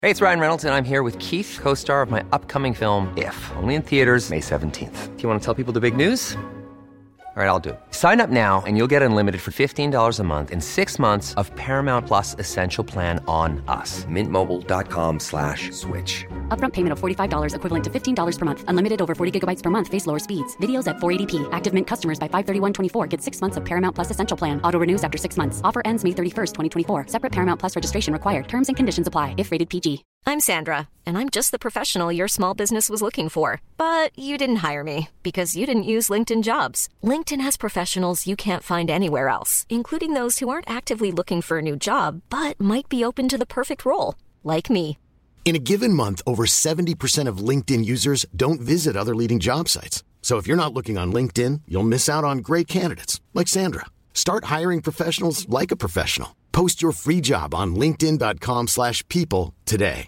Hey, it's Ryan Reynolds, and I'm here with Keith, co-star of my upcoming film, If, only in theaters May 17th. Do you want to tell people the big news? All right, I'll do it. Sign up now and you'll get unlimited for $15 a month and 6 months of Paramount Plus Essential Plan on us. MintMobile.com/switch. Upfront payment of $45 equivalent to $15 per month. Unlimited over 40 gigabytes per month. Face lower speeds. Videos at 480p. Active Mint customers by 531.24 get 6 months of Paramount Plus Essential Plan. Auto renews after 6 months. Offer ends May 31st, 2024. Separate Paramount Plus registration required. Terms and conditions apply if rated PG. I'm Sandra, and I'm just the professional your small business was looking for. But you didn't hire me because you didn't use LinkedIn Jobs. LinkedIn has professionals you can't find anywhere else, including those who aren't actively looking for a new job, but might be open to the perfect role, like me. In a given month, over 70% of LinkedIn users don't visit other leading job sites. So if you're not looking on LinkedIn, you'll miss out on great candidates like Sandra. Start hiring professionals like a professional. Post your free job on linkedin.com/people today.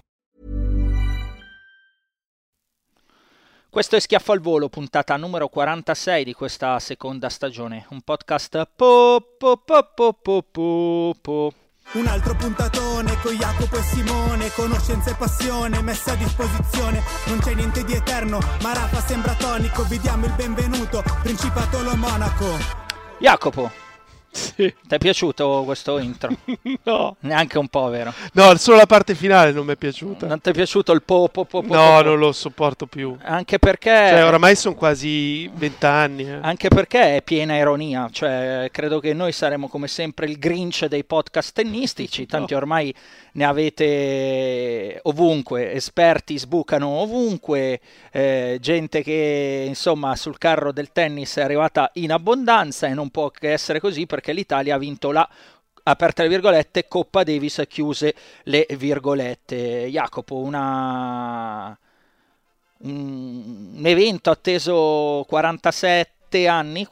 Questo è Schiaffo al Volo, puntata numero 46 di questa seconda stagione. Un podcast po. Un altro puntatone con Jacopo e Simone, conoscenza e passione messa a disposizione. Non c'è niente di eterno, ma Rafa sembra tonico. Vi diamo il benvenuto, Principatolo Monaco. Jacopo, Sì. ti è piaciuto questo intro? No. Neanche un po', vero? No, solo la parte finale non mi è piaciuta. Non ti è piaciuto il po? No, non lo sopporto più. Anche perché... Cioè, oramai sono quasi 20 anni. Anche perché è piena ironia, cioè credo che noi saremo come sempre il Grinch dei podcast tennistici, tanti ormai ne avete ovunque, esperti sbucano ovunque, gente che insomma sul carro del tennis è arrivata in abbondanza e non può che essere così perché l'Italia ha vinto la, aperte le virgolette, Coppa Davis, chiuse le virgolette. Jacopo, un evento atteso 47 anni,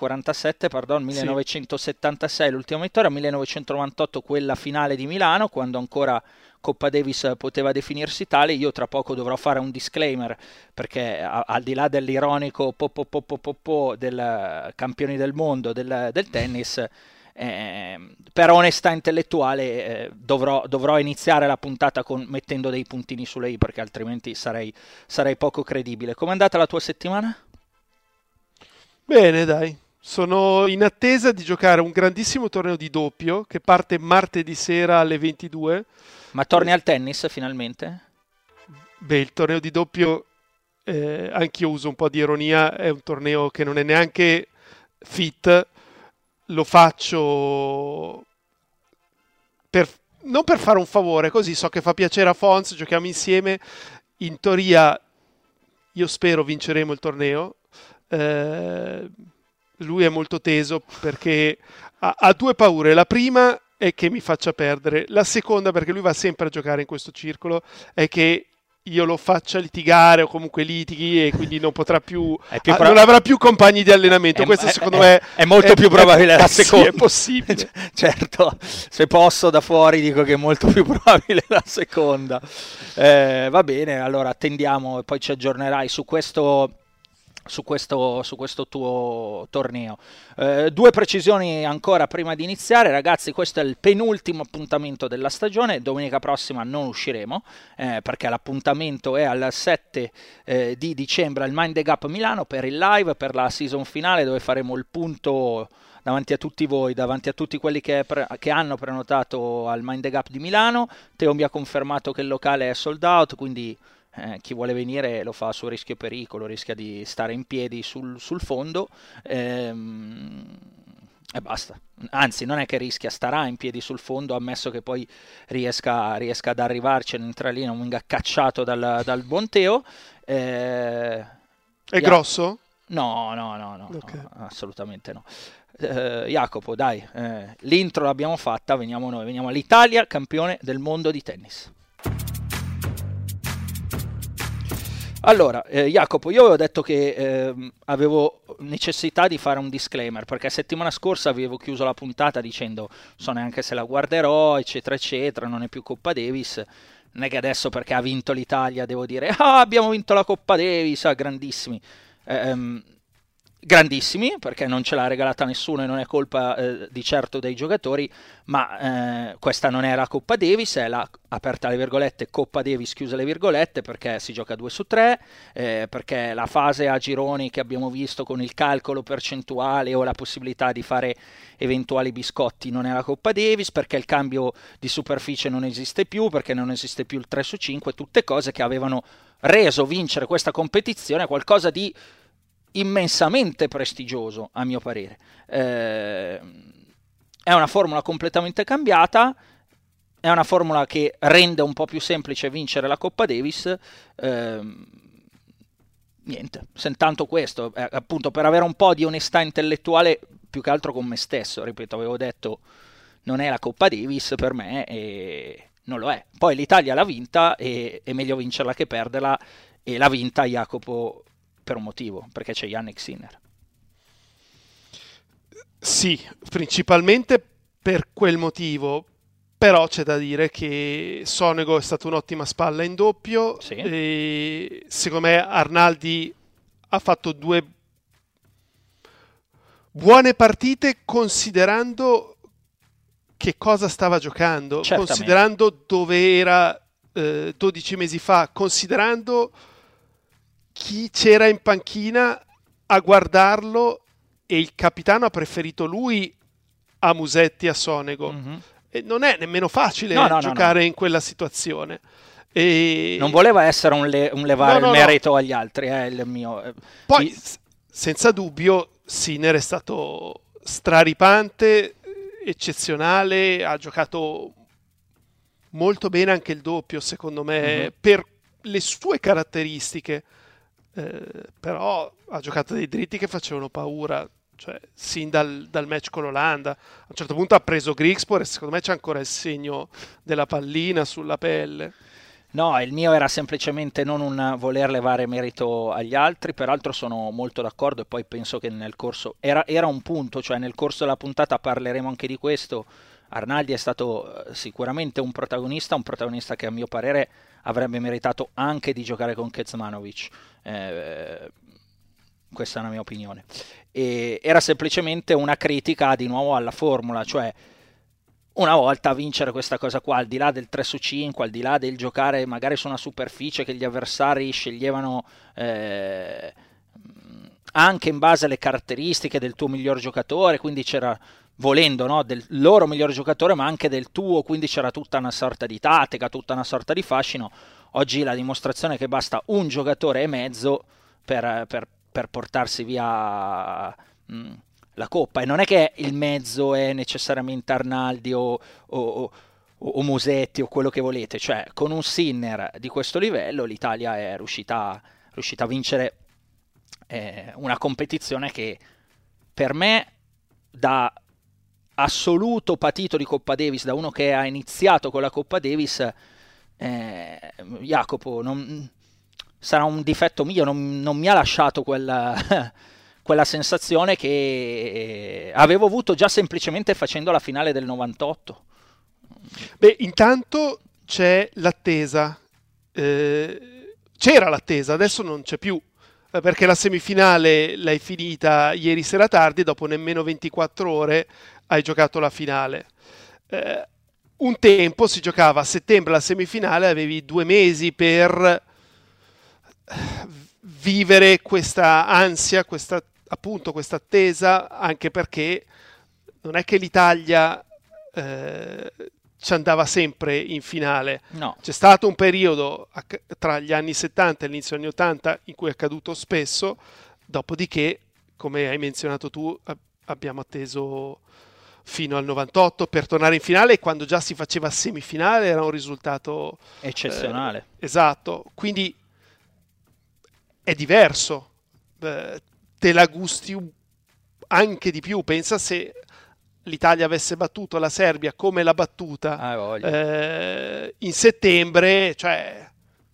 1976 l'ultima vittoria, 1998 quella finale di Milano, quando ancora Coppa Davis poteva definirsi tale. Io tra poco dovrò fare un disclaimer perché al di là dell'ironico del campioni del mondo del tennis, per onestà intellettuale dovrò iniziare la puntata mettendo dei puntini sulle i, perché altrimenti sarei poco credibile. Com'è andata la tua settimana? Bene, dai. Sono in attesa di giocare un grandissimo torneo di doppio che parte martedì sera alle 22. Ma torni al tennis finalmente? Beh, il torneo di doppio, anch'io uso un po' di ironia, è un torneo che non è neanche fit. Lo faccio non per fare un favore, così so che fa piacere a Fons, giochiamo insieme. In teoria io spero vinceremo il torneo. Lui è molto teso perché ha due paure. La prima è che mi faccia perdere, la seconda, perché lui va sempre a giocare in questo circolo, è che io lo faccia litigare o comunque litighi e quindi non potrà più, non avrà più compagni di allenamento. Questo secondo me è molto più probabile la seconda. Sì, è possibile. Certo, se posso da fuori dico che è molto più probabile la seconda. Va bene, allora attendiamo e poi ci aggiornerai su questo tuo torneo. Due precisioni ancora prima di iniziare, ragazzi. Questo è il penultimo appuntamento della stagione. Domenica prossima non usciremo perché l'appuntamento è al 7 di dicembre al Mind the Gap Milano per il live, per la season finale, dove faremo il punto davanti a tutti voi, davanti a tutti quelli che hanno prenotato al Mind the Gap di Milano. Teo mi ha confermato che il locale è sold out, quindi chi vuole venire lo fa su rischio e pericolo, rischia di stare in piedi sul fondo e basta. Anzi, non è che rischia, starà in piedi sul fondo, ammesso che poi riesca ad arrivarci, entra lì, non venga cacciato dal buon Teo. È grosso? No, Okay. no, assolutamente no. Jacopo, dai, l'intro l'abbiamo fatta, veniamo all'Italia, campione del mondo di tennis. Allora, Jacopo, io avevo detto che avevo necessità di fare un disclaimer, perché settimana scorsa avevo chiuso la puntata dicendo so neanche se la guarderò, eccetera, eccetera, non è più Coppa Davis. Non è che adesso perché ha vinto l'Italia devo dire abbiamo vinto la Coppa Davis, grandissimi. grandissimi, perché non ce l'ha regalata nessuno e non è colpa di certo dei giocatori, ma questa non è la Coppa Davis, è la, aperta le virgolette, Coppa Davis, chiuse le virgolette, perché si gioca 2-3, perché la fase a gironi che abbiamo visto con il calcolo percentuale o la possibilità di fare eventuali biscotti non è la Coppa Davis, perché il cambio di superficie non esiste più, perché non esiste più il 3-5, tutte cose che avevano reso vincere questa competizione qualcosa di immensamente prestigioso, a mio parere. È una formula completamente cambiata, è una formula che rende un po' più semplice vincere la Coppa Davis. Niente, senz'altro questo, appunto per avere un po' di onestà intellettuale, più che altro con me stesso, ripeto, avevo detto non è la Coppa Davis per me e non lo è. Poi l'Italia l'ha vinta e è meglio vincerla che perderla, e l'ha vinta Jacopo per un motivo, perché c'è Jannik Sinner. Sì, principalmente per quel motivo, però c'è da dire che Sonego è stata un'ottima spalla in doppio, Sì. E secondo me Arnaldi ha fatto 2 buone partite considerando che cosa stava giocando, Certamente. considerando dove era 12 mesi fa, considerando chi c'era in panchina a guardarlo, e il capitano ha preferito lui a Musetti, a Sonego. Mm-hmm. E non è nemmeno facile giocare in quella situazione. E... non voleva essere un levare il merito agli altri, il mio. Poi, senza dubbio, Sinner è stato straripante, eccezionale, ha giocato molto bene anche il doppio, secondo me, per le sue caratteristiche. Però ha giocato dei dritti che facevano paura, cioè sin dal match con l'Olanda. A un certo punto ha preso Grigspor e secondo me c'è ancora il segno della pallina sulla pelle. No, il mio era semplicemente non un voler levare merito agli altri, peraltro sono molto d'accordo, e poi penso che nel corso era un punto, cioè nel corso della puntata parleremo anche di questo. Arnaldi è stato sicuramente un protagonista che a mio parere avrebbe meritato anche di giocare con Kecmanovic. Questa è una mia opinione. E era semplicemente una critica di nuovo alla formula, cioè una volta a vincere questa cosa qua, al di là del 3-5, al di là del giocare magari su una superficie che gli avversari sceglievano anche in base alle caratteristiche del tuo miglior giocatore, quindi c'era, volendo, no, del loro miglior giocatore ma anche del tuo, quindi c'era tutta una sorta di tattica, tutta una sorta di fascino. Oggi la dimostrazione è che basta un giocatore e mezzo per portarsi via la Coppa, e non è che il mezzo è necessariamente Arnaldi o Musetti o quello che volete, cioè con un Sinner di questo livello l'Italia è riuscita a vincere una competizione che per me, da assoluto patito di Coppa Davis, da uno che ha iniziato con la Coppa Davis, Jacopo, sarà un difetto mio, non mi ha lasciato quella sensazione che avevo avuto già semplicemente facendo la finale del 98. Beh, intanto c'è l'attesa, c'era l'attesa, adesso non c'è più, perché la semifinale l'hai finita ieri sera tardi, dopo nemmeno 24 ore hai giocato la finale. Un tempo si giocava a settembre la semifinale, avevi 2 mesi per vivere questa ansia, questa attesa, anche perché non è che l'Italia ci andava sempre in finale. No. C'è stato un periodo tra gli anni 70 e l'inizio degli anni 80 in cui è accaduto spesso, dopodiché, come hai menzionato tu, abbiamo atteso fino al 98 per tornare in finale, e quando già si faceva semifinale era un risultato eccezionale. Esatto, quindi è diverso, te la gusti anche di più. Pensa se l'Italia avesse battuto la Serbia come l'ha battuta in settembre, cioè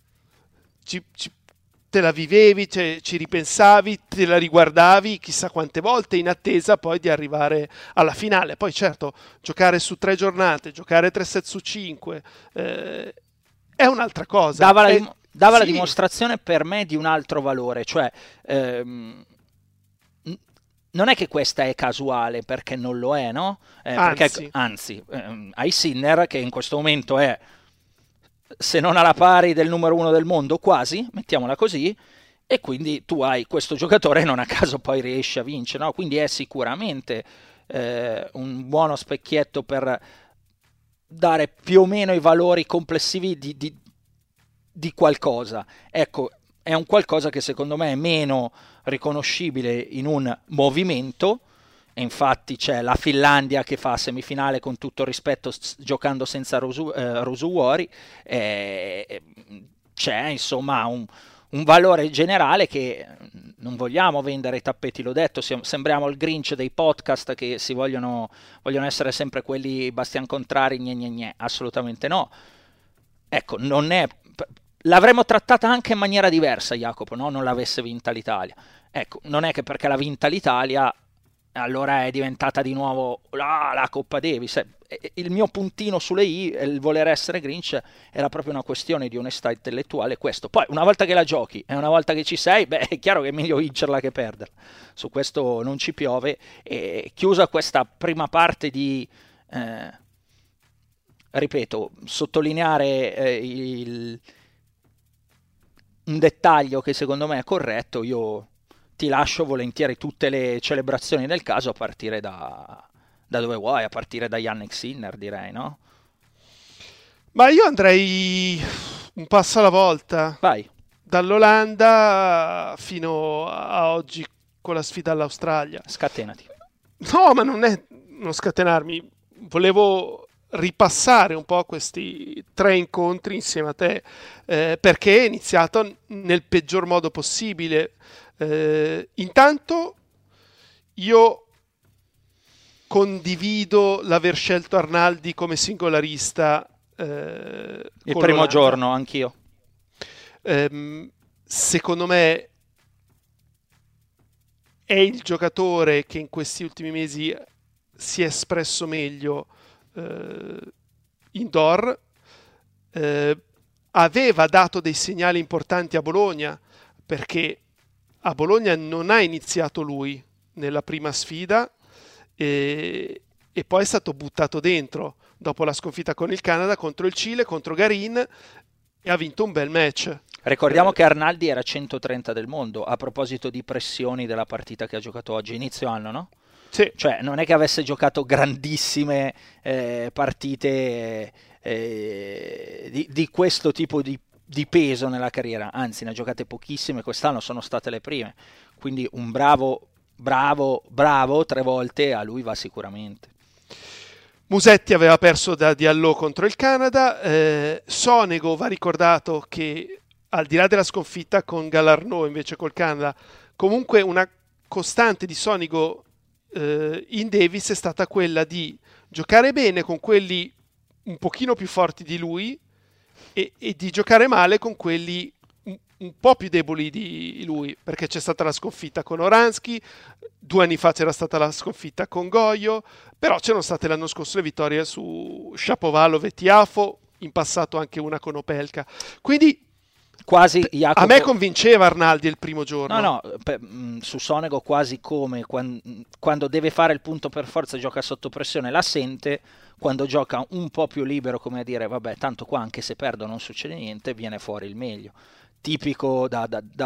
te la vivevi, ci ripensavi, te la riguardavi chissà quante volte in attesa poi di arrivare alla finale. Poi certo, giocare su 3 giornate, giocare 3 set su 5 è un'altra cosa. Dava la dimostrazione per me di un altro valore, cioè non è che questa è casuale, perché non lo è, no? Anzi, hai Sinner che in questo momento è, se non alla pari del numero 1 del mondo, quasi, mettiamola così, e quindi tu hai questo giocatore e non a caso poi riesce a vincere, no? Quindi è sicuramente un buono specchietto per dare più o meno i valori complessivi di qualcosa. Ecco, è un qualcosa che secondo me è meno riconoscibile in un movimento, e infatti c'è la Finlandia che fa semifinale, con tutto il rispetto, giocando senza Ruusuvuori, c'è insomma un valore generale che non vogliamo vendere i tappeti, l'ho detto, sembriamo il Grinch dei podcast che si vogliono essere sempre quelli bastian contrari, assolutamente no. Ecco, non è... L'avremmo trattata anche in maniera diversa, Jacopo, no? Non l'avesse vinta l'Italia. Ecco, non è che perché l'ha vinta l'Italia allora è diventata di nuovo la Coppa Davis. Il mio puntino sulle i, il voler essere Grinch, era proprio una questione di onestà intellettuale, questo. Poi una volta che la giochi e una volta che ci sei, beh, è chiaro che è meglio vincerla che perderla. Su questo non ci piove. E chiusa questa prima parte di... ripeto, sottolineare un dettaglio che secondo me è corretto, io ti lascio volentieri tutte le celebrazioni del caso a partire da dove vuoi, a partire da Jannik Sinner, direi, no? Ma io andrei un passo alla volta. Vai. Dall'Olanda fino a oggi con la sfida all'Australia. Scatenati. No, ma non è non scatenarmi. Volevo ripassare un po' questi 3 incontri insieme a te, perché è iniziato nel peggior modo possibile. Intanto io condivido l'aver scelto Arnaldi come singolarista il primo giorno, anch'io. Secondo me è il giocatore che in questi ultimi mesi si è espresso meglio indoor, aveva dato dei segnali importanti a Bologna, perché a Bologna non ha iniziato lui nella prima sfida e poi è stato buttato dentro dopo la sconfitta con il Canada, contro il Cile, contro Garin, e ha vinto un bel match. Ricordiamo che Arnaldi era 130 del mondo, a proposito di pressioni della partita che ha giocato oggi, inizio anno, no? Sì. Cioè non è che avesse giocato grandissime partite di questo tipo di peso nella carriera, anzi ne ha giocate pochissime, quest'anno sono state le prime, quindi un bravo 3 volte a lui va sicuramente. Musetti aveva perso da Diallo contro il Canada, Sonego va ricordato che al di là della sconfitta con Gallarneau invece col Canada, comunque una costante di Sonego in Davis è stata quella di giocare bene con quelli un pochino più forti di lui e di giocare male con quelli un po' più deboli di lui, perché c'è stata la sconfitta con Oransky, 2 anni fa c'era stata la sconfitta con Goio, però c'erano state l'anno scorso le vittorie su Shapovalov e Tiafo, in passato anche una con Opelka, quindi quasi Jacopo... a me convinceva Arnaldi il primo giorno. Su Sonego quasi come quando deve fare il punto per forza, gioca sotto pressione, la sente, quando gioca un po' più libero, come a dire vabbè tanto qua anche se perdo non succede niente, viene fuori il meglio, tipico da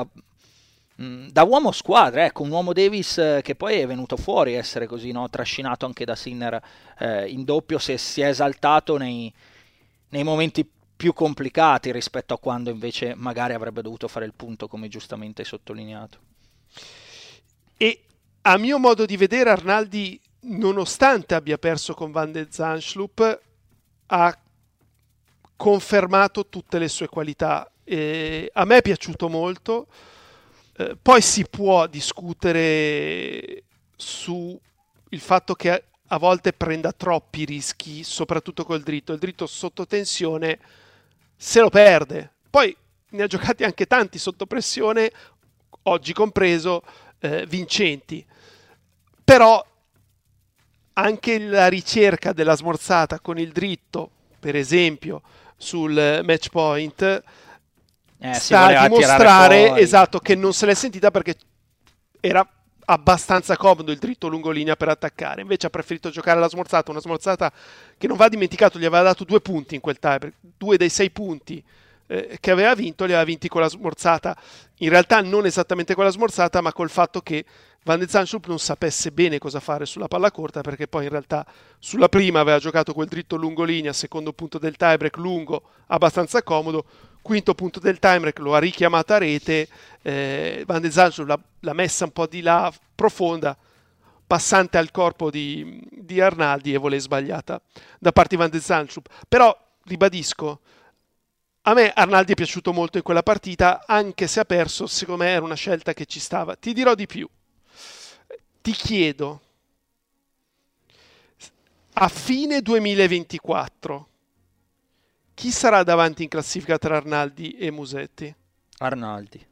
uomo squadra, ecco, un uomo Davis che poi è venuto fuori essere così, no? Trascinato anche da Sinner in doppio, si è esaltato nei momenti più complicati rispetto a quando invece magari avrebbe dovuto fare il punto, come giustamente hai sottolineato. E a mio modo di vedere Arnaldi, nonostante abbia perso con Van de Zanschlup, ha confermato tutte le sue qualità. A me è piaciuto molto, poi si può discutere su il fatto che a volte prenda troppi rischi, soprattutto col dritto. Il dritto sotto tensione se lo perde, poi ne ha giocati anche tanti sotto pressione, oggi compreso, vincenti, però anche la ricerca della smorzata con il dritto, per esempio sul match point, sta a dimostrare esatto che non se l'è sentita, perché era abbastanza comodo il dritto lungolinea per attaccare, invece ha preferito giocare alla smorzata, una smorzata che non va dimenticato, gli aveva dato 2 punti in quel tiebreak, 2 dei 6 punti che aveva vinto li aveva vinti con la smorzata, in realtà non esattamente con la smorzata, ma col fatto che Van de Zandschulp non sapesse bene cosa fare sulla palla corta, perché poi in realtà sulla prima aveva giocato quel dritto lungolinea, secondo punto del tiebreak lungo, abbastanza comodo, quinto punto del tiebreak lo ha richiamata a rete, Van de Zandschulp l'ha messa un po' di là, profonda, passante al corpo di Arnaldi, e volée sbagliata da parte di Van de Zandschulp. Però, ribadisco, a me Arnaldi è piaciuto molto in quella partita, anche se ha perso, secondo me era una scelta che ci stava. Ti dirò di più. Ti chiedo, a fine 2024, chi sarà davanti in classifica tra Arnaldi e Musetti? Arnaldi.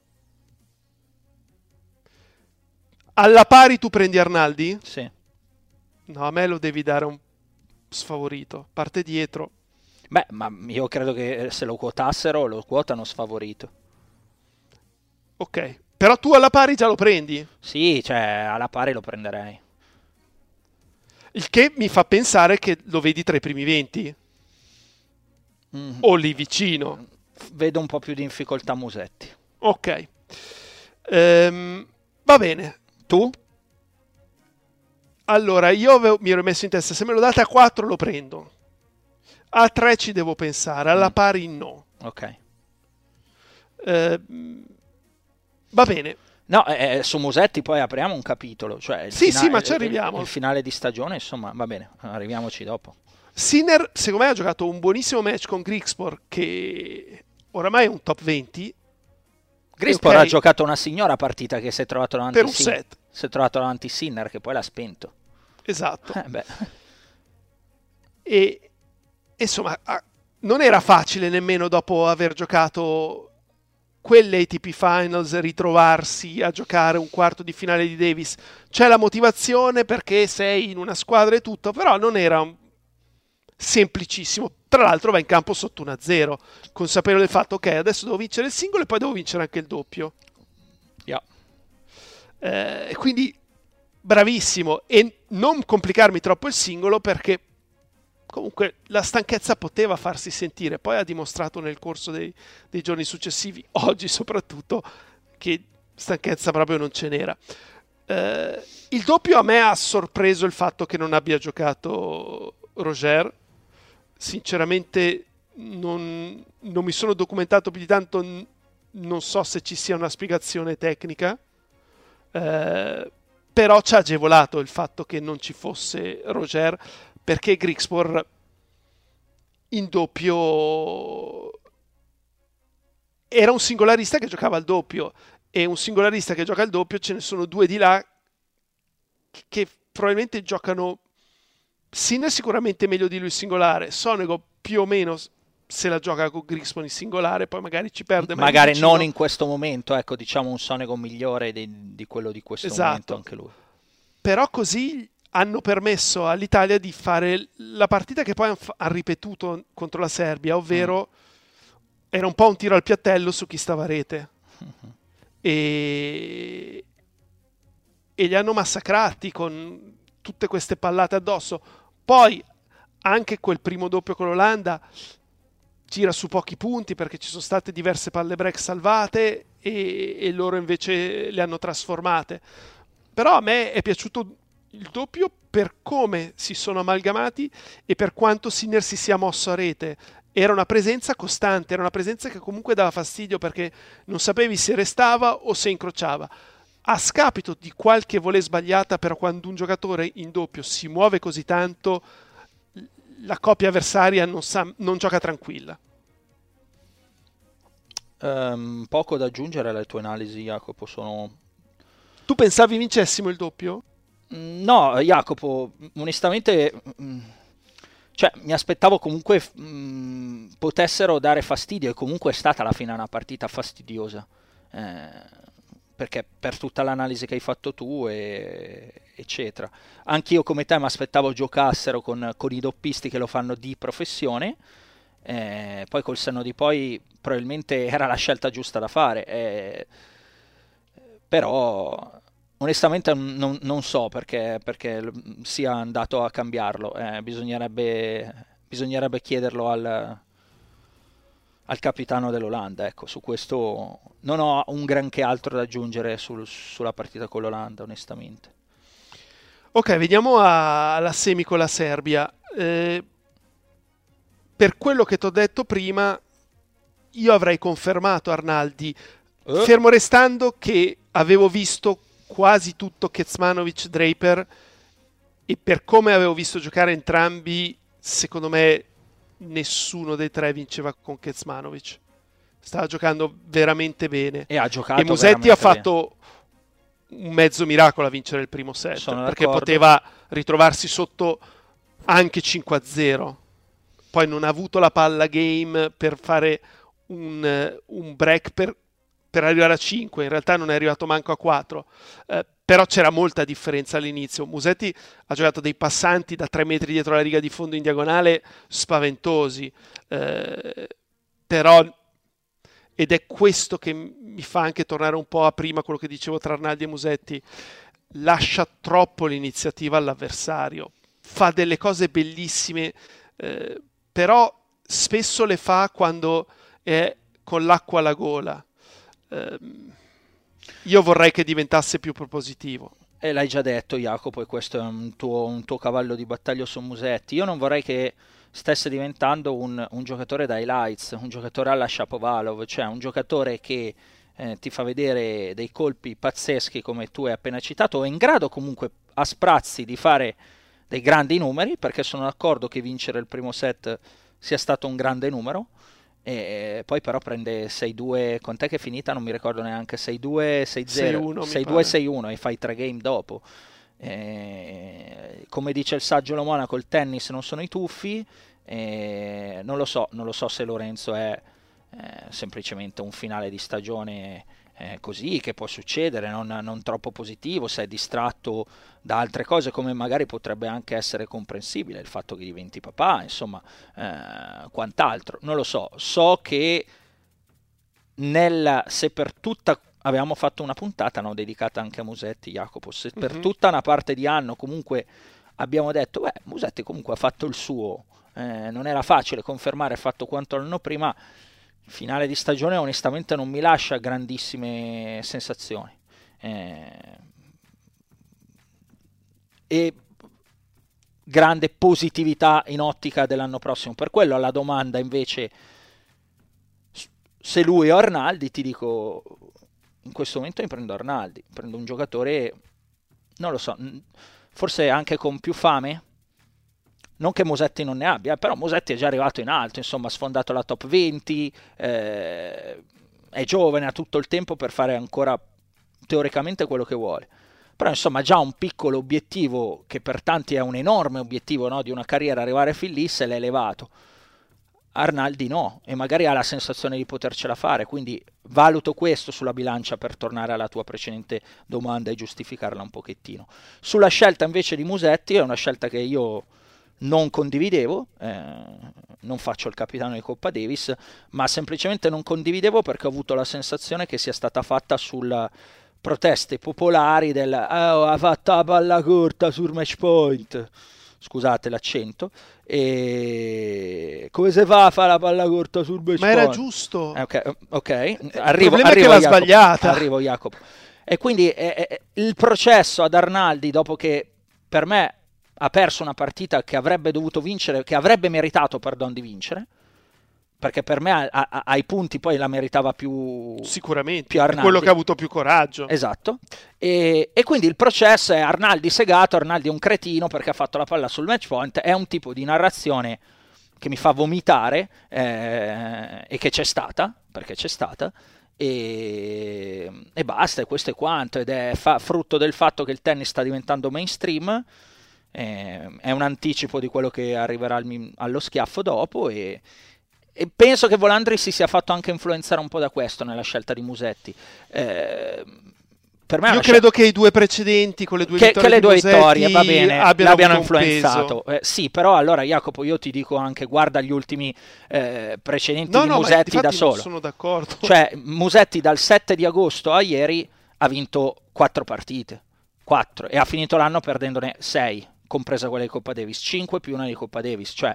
Alla pari tu prendi Arnaldi? Sì. No, a me lo devi dare un sfavorito. Parte dietro. Beh, ma io credo che se lo quotassero lo quotano sfavorito. Ok, però tu alla pari già lo prendi? Sì, cioè alla pari lo prenderei. Il che mi fa pensare che lo vedi tra i primi 20? O lì vicino? Vedo un po' più di difficoltà Musetti. Ok. Va bene. Tu? Allora, io mi ero messo in testa, se me lo date a 4 lo prendo. A 3 ci devo pensare, alla pari no. Ok. Va bene. No, su Musetti poi apriamo un capitolo. Cioè Sì, ma ci arriviamo. Il finale di stagione, insomma, va bene, arriviamoci dopo. Sinner, secondo me, ha giocato un buonissimo match con Grigspor, che oramai è un top 20. Grigspor ha giocato una signora partita che si è trovato davanti per un set. Si è trovato davanti Sinner, che poi l'ha spento. Esatto. Beh. E insomma, non era facile nemmeno dopo aver giocato quelle ATP Finals ritrovarsi a giocare un quarto di finale di Davis. C'è la motivazione perché sei in una squadra e tutto, però non era semplicissimo. Tra l'altro va in campo sotto 1-0, consapevole del fatto che adesso devo vincere il singolo e poi devo vincere anche il doppio. Yeah. Quindi bravissimo, e non complicarmi troppo il singolo, perché comunque la stanchezza poteva farsi sentire. Poi ha dimostrato nel corso dei giorni successivi, oggi soprattutto, che stanchezza proprio non ce n'era. Il doppio a me ha sorpreso il fatto che non abbia giocato Roger. Sinceramente non mi sono documentato più di tanto, non so se ci sia una spiegazione tecnica, però ci ha agevolato il fatto che non ci fosse Roger, perché Grigspor in doppio era un singolarista che giocava al doppio, e un singolarista che gioca al doppio ce ne sono 2 di là che probabilmente giocano. Sinner sicuramente meglio di lui singolare, Sonego più o meno se la gioca con Grigspor in singolare, poi magari ci perde. Magari non in questo momento, ecco, diciamo un Sonego migliore di quello di questo momento anche lui. Però così hanno permesso all'Italia di fare la partita che poi ha ripetuto contro la Serbia, ovvero era un po' un tiro al piattello su chi stava a rete. E li hanno massacrati con tutte queste pallate addosso. Poi anche quel primo doppio con l'Olanda gira su pochi punti, perché ci sono state diverse palle break salvate e loro invece le hanno trasformate. Però a me è piaciuto il doppio per come si sono amalgamati e per quanto Sinner si sia mosso a rete. Era una presenza costante, era una presenza che comunque dava fastidio, perché non sapevi se restava o se incrociava. A scapito di qualche volée sbagliata, però quando un giocatore in doppio si muove così tanto, la coppia avversaria non gioca tranquilla. Poco da aggiungere alle tue analisi, Jacopo. Tu pensavi vincessimo il doppio? No, Jacopo, onestamente, cioè, mi aspettavo comunque potessero dare fastidio, e comunque è stata alla fine una partita fastidiosa. Perché per tutta l'analisi che hai fatto tu, eccetera. Anch'io come te mi aspettavo giocassero con i doppisti che lo fanno di professione, poi col senno di poi probabilmente era la scelta giusta da fare, però Onestamente non so perché sia andato a cambiarlo, bisognerebbe chiederlo al capitano dell'Olanda. Ecco, su questo non ho un granché altro da aggiungere sulla partita con l'Olanda, onestamente. Ok, veniamo alla semi con la Serbia. Per quello che ti ho detto prima, io avrei confermato Arnaldi, fermo restando che avevo visto quasi tutto Kecmanovic-Draper, e per come avevo visto giocare entrambi, secondo me nessuno dei tre vinceva con Kecmanovic. Stava giocando veramente bene, e ha giocato, e Musetti ha fatto un mezzo miracolo a vincere il primo set, perché poteva ritrovarsi sotto anche 5-0, poi non ha avuto la palla game per fare un break per arrivare a 5, in realtà non è arrivato manco a 4, però c'era molta differenza all'inizio. Musetti ha giocato dei passanti da 3 metri dietro la riga di fondo in diagonale spaventosi, però, ed è questo che mi fa anche tornare un po' a prima quello che dicevo tra Arnaldi e Musetti, lascia troppo l'iniziativa all'avversario, fa delle cose bellissime, però spesso le fa quando è con l'acqua alla gola. Io vorrei che diventasse più propositivo. E l'hai già detto, Jacopo, e questo è un tuo cavallo di battaglia su Musetti. Io non vorrei che stesse diventando un giocatore da highlights, un giocatore alla Shapovalov, cioè un giocatore che ti fa vedere dei colpi pazzeschi come tu hai appena citato, è in grado comunque a sprazzi di fare dei grandi numeri, perché sono d'accordo che vincere il primo set sia stato un grande numero, e poi però prende 6-2, con te che è finita non mi ricordo neanche, 6-2, 6-0, 6-2, 6-1 e fai 3 game dopo. Come dice il saggio Lo Monaco, il tennis non sono i tuffi, non lo so se Lorenzo è semplicemente un finale di stagione così, che può succedere, non troppo positivo, se è distratto da altre cose, come magari potrebbe anche essere comprensibile il fatto che diventi papà, insomma, quant'altro, non lo so. So che se per tutta avevamo fatto una puntata dedicata anche a Musetti, Jacopo, se per tutta una parte di anno comunque abbiamo detto Musetti comunque ha fatto il suo, non era facile confermare, ha fatto quanto l'anno prima. Finale di stagione onestamente non mi lascia grandissime sensazioni, e grande positività in ottica dell'anno prossimo. Per quello, alla domanda invece se lui o Arnaldi, ti dico in questo momento mi prendo Arnaldi, prendo un giocatore, non lo so, forse anche con più fame. Non che Musetti non ne abbia, però Musetti è già arrivato in alto, insomma ha sfondato la top 20, è giovane, ha tutto il tempo per fare ancora teoricamente quello che vuole. Però insomma già un piccolo obiettivo, che per tanti è un enorme obiettivo, no, di una carriera, arrivare fin lì, se l'è elevato. Arnaldi no, e magari ha la sensazione di potercela fare, quindi valuto questo sulla bilancia per tornare alla tua precedente domanda e giustificarla un pochettino. Sulla scelta invece di Musetti, è una scelta che io non condividevo, non faccio il capitano di Coppa Davis, ma semplicemente non condividevo perché ho avuto la sensazione che sia stata fatta sulle proteste popolari del ha fatto la palla corta sul match point, scusate l'accento, e come si fa a fare la palla corta sul match point? Ma era giusto. Ok. Arrivo, il problema è che l'ha sbagliata. Arrivo, Jacopo. E quindi il processo ad Arnaldi, dopo che per me ha perso una partita che avrebbe dovuto vincere, che avrebbe meritato, di vincere, perché per me ai punti poi la meritava più, sicuramente, più Arnaldi, quello che ha avuto più coraggio. Esatto. E quindi il processo è Arnaldi segato, Arnaldi è un cretino perché ha fatto la palla sul match point. È un tipo di narrazione che mi fa vomitare, e che c'è stata, perché c'è stata, e basta, e questo è quanto, ed è frutto del fatto che il tennis sta diventando mainstream. È un anticipo di quello che arriverà allo schiaffo dopo, e penso che Volandri si sia fatto anche influenzare un po' da questo nella scelta di Musetti. Per me io credo che i due precedenti con le due vittorie che le due Musetti vittorie, va bene, l'abbiano influenzato. Sì, però allora Jacopo, io ti dico anche, guarda gli ultimi precedenti di Musetti da solo. Non sono d'accordo. Cioè Musetti dal 7 di agosto a ieri ha vinto 4 partite. 4, e ha finito l'anno perdendone 6, compresa quella di Coppa Davis, 5 più una di Coppa Davis, cioè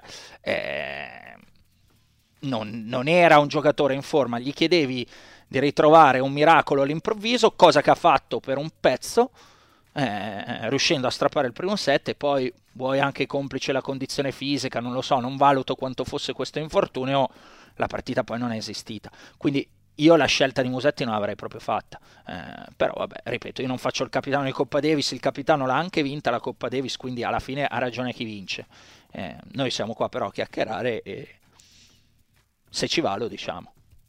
non era un giocatore in forma, gli chiedevi di ritrovare un miracolo all'improvviso, cosa che ha fatto per un pezzo, riuscendo a strappare il primo set, e poi vuoi anche complice la condizione fisica, non lo so, non valuto quanto fosse questo infortunio, la partita poi non è esistita. Quindi io la scelta di Musetti non l'avrei proprio fatta, però vabbè, ripeto, io non faccio il capitano di Coppa Davis, il capitano l'ha anche vinta la Coppa Davis, quindi alla fine ha ragione chi vince. Noi siamo qua però a chiacchierare e se ci va lo diciamo.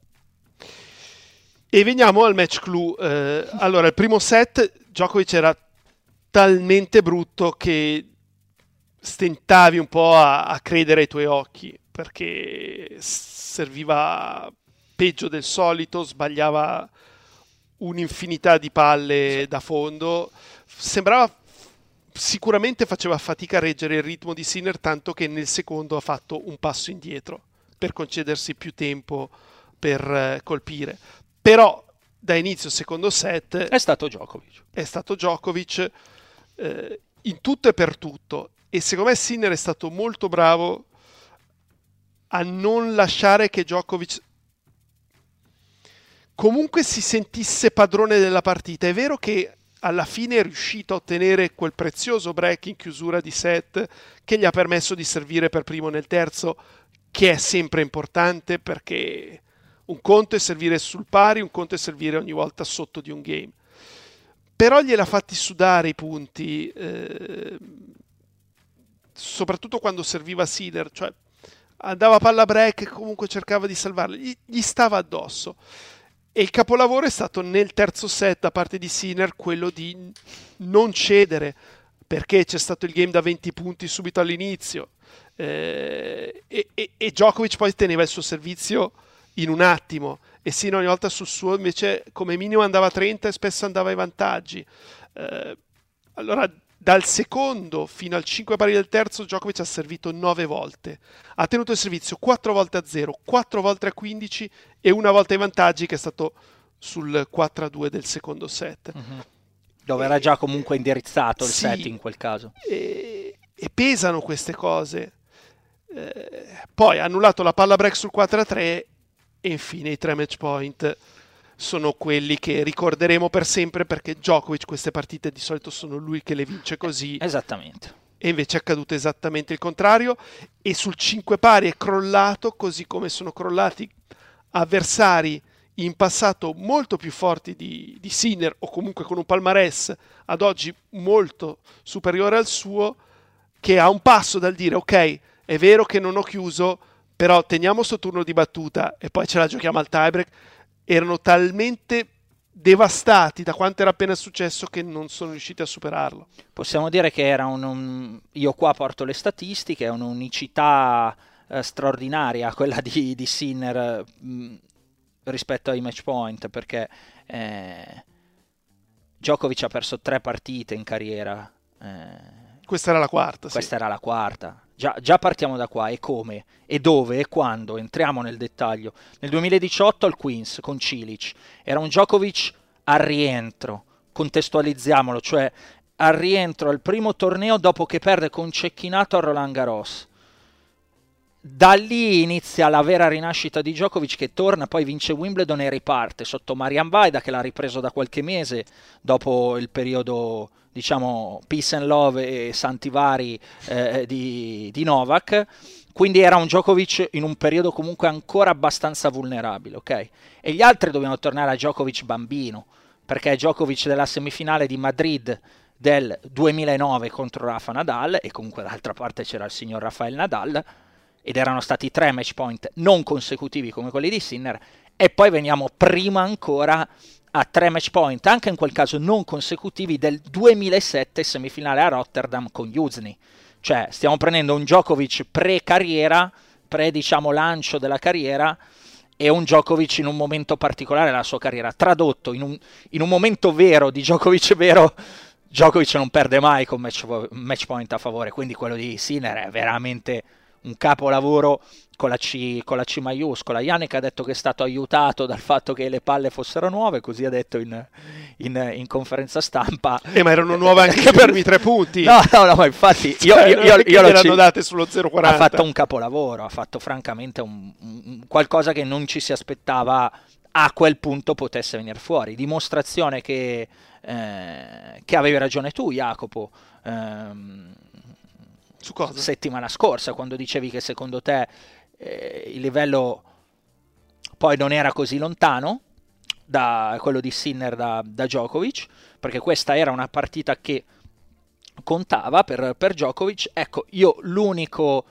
E veniamo al match clou. Allora, il primo set Djokovic era talmente brutto che stentavi un po' a credere ai tuoi occhi, perché serviva peggio del solito, sbagliava un'infinità di palle da fondo, sembrava, sicuramente faceva fatica a reggere il ritmo di Sinner, tanto che nel secondo ha fatto un passo indietro per concedersi più tempo per colpire. Però da inizio secondo set è stato Djokovic in tutto e per tutto, e secondo me Sinner è stato molto bravo a non lasciare che Djokovic comunque si sentisse padrone della partita. È vero che alla fine è riuscito a ottenere quel prezioso break in chiusura di set che gli ha permesso di servire per primo nel terzo, che è sempre importante, perché un conto è servire sul pari, un conto è servire ogni volta sotto di un game. Però gliel'ha fatti sudare i punti, soprattutto quando serviva Sinner, cioè andava a palla break e comunque cercava di salvarla, gli stava addosso. E il capolavoro è stato nel terzo set da parte di Sinner quello di non cedere, perché c'è stato il game da 20 punti subito all'inizio, e Djokovic poi teneva il suo servizio in un attimo, e Sinner ogni volta sul suo invece come minimo andava a 30 e spesso andava ai vantaggi. Allora dal secondo fino al 5 pari del terzo Djokovic ha servito 9 volte, ha tenuto il servizio 4 volte a 0, 4 volte a 15 e una volta ai vantaggi, che è stato sul 4-2 del secondo set, dove era già comunque indirizzato il sì, set in quel caso, e pesano queste cose. Poi ha annullato la palla break sul 4-3 e infine i 3 match point sono quelli che ricorderemo per sempre, perché Djokovic queste partite di solito sono lui che le vince così. Esattamente. E invece è accaduto esattamente il contrario, e sul 5 pari è crollato, così come sono crollati avversari in passato molto più forti di Sinner, o comunque con un palmarès ad oggi molto superiore al suo, che ha un passo dal dire ok, è vero che non ho chiuso, però teniamo sto turno di battuta e poi ce la giochiamo al tiebreak. Erano talmente devastati da quanto era appena successo che non sono riusciti a superarlo. Possiamo dire che era io qua porto le statistiche, è un'unicità straordinaria quella di Sinner rispetto ai match point, perché Djokovic ha perso 3 partite in carriera. Questa era la quarta. Questa era la quarta. Già partiamo da qua. E come? E dove? E quando? Entriamo nel dettaglio. Nel 2018 al Queens con Cilic era un Djokovic al rientro, contestualizziamolo, cioè al rientro al primo torneo dopo che perde con Cecchinato a Roland Garros. Da lì inizia la vera rinascita di Djokovic, che torna, poi vince Wimbledon e riparte sotto Marian Vaida, che l'ha ripreso da qualche mese dopo il periodo, diciamo, peace and love e santi vari di Novak. Quindi era un Djokovic in un periodo comunque ancora abbastanza vulnerabile, ok? E gli altri dobbiamo tornare a Djokovic bambino, perché è Djokovic della semifinale di Madrid del 2009 contro Rafa Nadal, e comunque dall'altra parte c'era il signor Rafael Nadal, ed erano stati 3 match point non consecutivi come quelli di Sinner, e poi veniamo prima ancora a 3 match point, anche in quel caso non consecutivi, del 2007 semifinale a Rotterdam con Yuzni. Cioè stiamo prendendo un Djokovic pre-carriera, diciamo lancio della carriera, e un Djokovic in un momento particolare della sua carriera, tradotto in un momento vero di Djokovic vero. Djokovic non perde mai con match point a favore, quindi quello di Sinner è veramente un capolavoro con la C maiuscola. Yannick ha detto che è stato aiutato dal fatto che le palle fossero nuove, così ha detto in in conferenza stampa. Ma erano nuove anche i primi 3 punti. No, ma infatti io l'hanno date sullo 0,40. Ha fatto un capolavoro, ha fatto francamente qualcosa che non ci si aspettava a quel punto potesse venire fuori. Dimostrazione che avevi ragione tu, Jacopo, su cosa? Settimana scorsa, quando dicevi che secondo te il livello poi non era così lontano da quello di Sinner da Djokovic, perché questa era una partita che contava per Djokovic. Ecco, io l'unico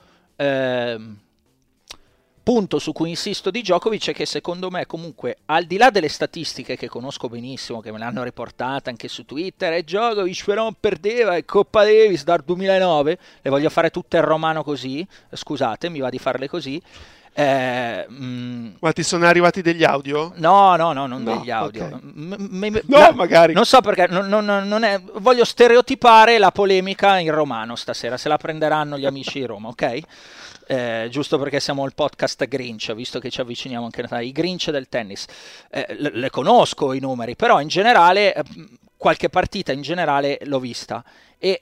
punto su cui insisto di Djokovic è che secondo me comunque, al di là delle statistiche che conosco benissimo, che me l'hanno riportata anche su Twitter, e Djokovic però non perdeva, e Coppa Davis dal 2009, le voglio fare tutte in romano così, scusate, mi va di farle così. Ma ti sono arrivati degli audio? No, non degli audio. Okay. Magari. Non so perché, non è, voglio stereotipare la polemica in romano stasera, se la prenderanno gli amici di Roma, ok? Giusto perché siamo il podcast Grinch, visto che ci avviciniamo anche ai Grinch del tennis. Le conosco i numeri, però in generale, qualche partita in generale l'ho vista. E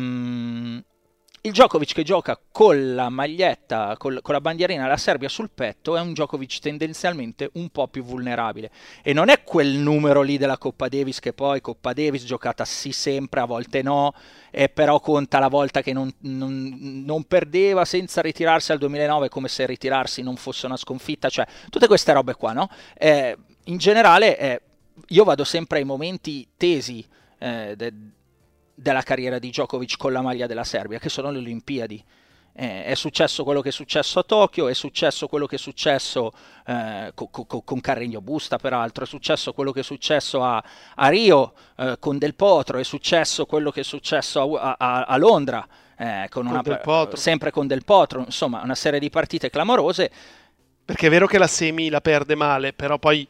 il Djokovic che gioca con la maglietta, con la bandierina della Serbia sul petto, è un Djokovic tendenzialmente un po' più vulnerabile. E non è quel numero lì della Coppa Davis, che poi Coppa Davis giocata sì sempre, a volte no, però conta la volta che non perdeva senza ritirarsi al 2009, come se ritirarsi non fosse una sconfitta, cioè tutte queste robe qua, no? In generale io vado sempre ai momenti tesi della carriera di Djokovic con la maglia della Serbia, che sono le Olimpiadi. È successo quello che è successo a Tokyo, è successo quello che è successo con Carreño Busta, peraltro, è successo quello che è successo a Rio con Del Potro, è successo quello che è successo a Londra sempre con Del Potro, insomma una serie di partite clamorose. Perché è vero che la semi la perde male, però poi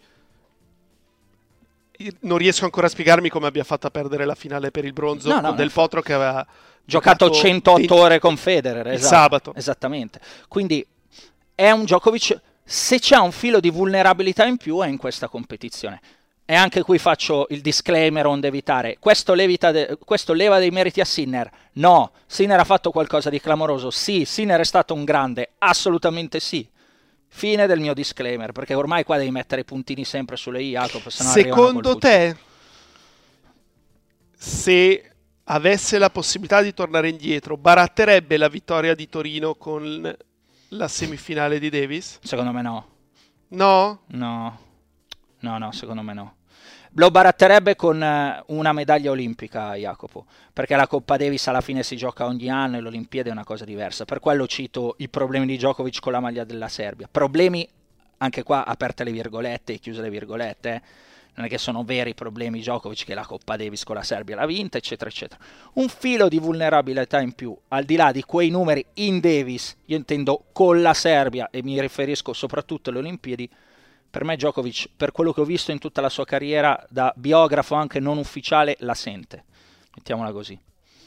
non riesco ancora a spiegarmi come abbia fatto a perdere la finale per il bronzo con Del Potro, che aveva giocato 108 ore con Federer il sabato. Esattamente. Quindi è un Djokovic, se c'è un filo di vulnerabilità in più, è in questa competizione. E anche qui faccio il disclaimer onde evitare. Questo leva dei meriti a Sinner? No. Sinner ha fatto qualcosa di clamoroso? Sì. Sinner è stato un grande? Assolutamente sì. Fine del mio disclaimer, perché ormai qua devi mettere i puntini sempre sulle i, Jacopo. Secondo te, se avesse la possibilità di tornare indietro, baratterebbe la vittoria di Torino con la semifinale di Davis? Secondo me no. No? No, secondo me no. Lo baratterebbe con una medaglia olimpica, Jacopo, perché la Coppa Davis alla fine si gioca ogni anno e l'Olimpiade è una cosa diversa. Per quello cito i problemi di Djokovic con la maglia della Serbia. Problemi, anche qua aperte le virgolette e chiuse le virgolette, non è che sono veri problemi Djokovic, che la Coppa Davis con la Serbia l'ha vinta, eccetera, eccetera. Un filo di vulnerabilità in più, al di là di quei numeri in Davis, io intendo con la Serbia e mi riferisco soprattutto alle Olimpiadi. Per me Djokovic, per quello che ho visto in tutta la sua carriera, da biografo anche non ufficiale, la sente. Mettiamola così.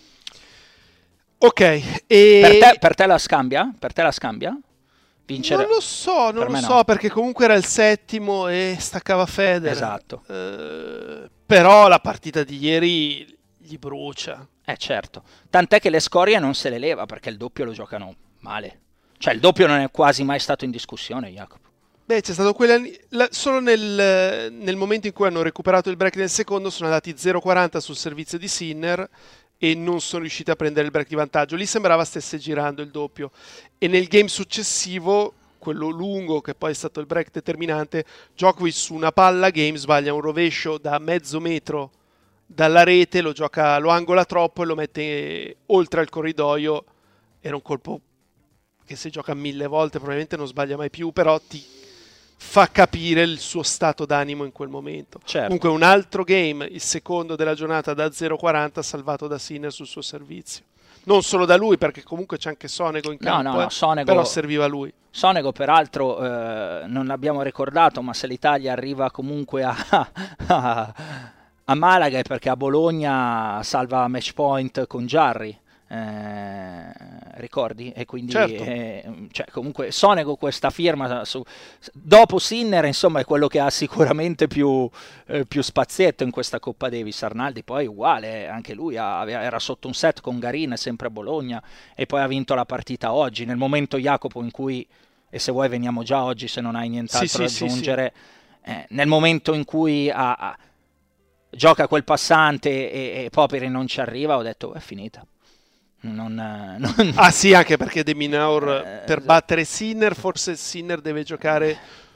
Ok. Per te la scambia? Per te la scambia? Vincere? Non lo so, perché comunque era il settimo e staccava Federer. Esatto. Però la partita di ieri gli brucia. Certo. Tant'è che le scorie non se le leva, perché il doppio lo giocano male. Cioè il doppio non è quasi mai stato in discussione, Jacopo. Beh, c'è stato solo nel momento in cui hanno recuperato il break nel secondo, sono andati 0,40 sul servizio di Sinner e non sono riusciti a prendere il break di vantaggio. Lì sembrava stesse girando il doppio. E nel game successivo, quello lungo che poi è stato il break determinante, Djokovic su una palla game sbaglia un rovescio da mezzo metro dalla rete, lo angola troppo e lo mette oltre al corridoio. Era un colpo che se gioca 1000 volte probabilmente non sbaglia mai più, però ti fa capire il suo stato d'animo in quel momento. Certo. Comunque un altro game, il secondo della giornata da 0,40, salvato da Sinner sul suo servizio. Non solo da lui, perché comunque c'è anche Sonego in campo, Sonego, però serviva lui. Sonego peraltro non l'abbiamo ricordato, ma se l'Italia arriva comunque a Malaga è perché a Bologna salva match point con Jarry. ricordi? E quindi certo. cioè, comunque Sonego questa firma dopo Sinner, insomma, è quello che ha sicuramente più spazietto in questa Coppa Davis. Arnaldi poi uguale, anche lui era sotto un set con Garin sempre a Bologna e poi ha vinto la partita oggi, nel momento, Jacopo, in cui, e se vuoi veniamo già oggi se non hai nient'altro da aggiungere, nel momento in cui gioca quel passante e Popiri non ci arriva, ho detto è finita. Ah sì, anche perché De Minaur per battere Sinner, forse Sinner deve giocare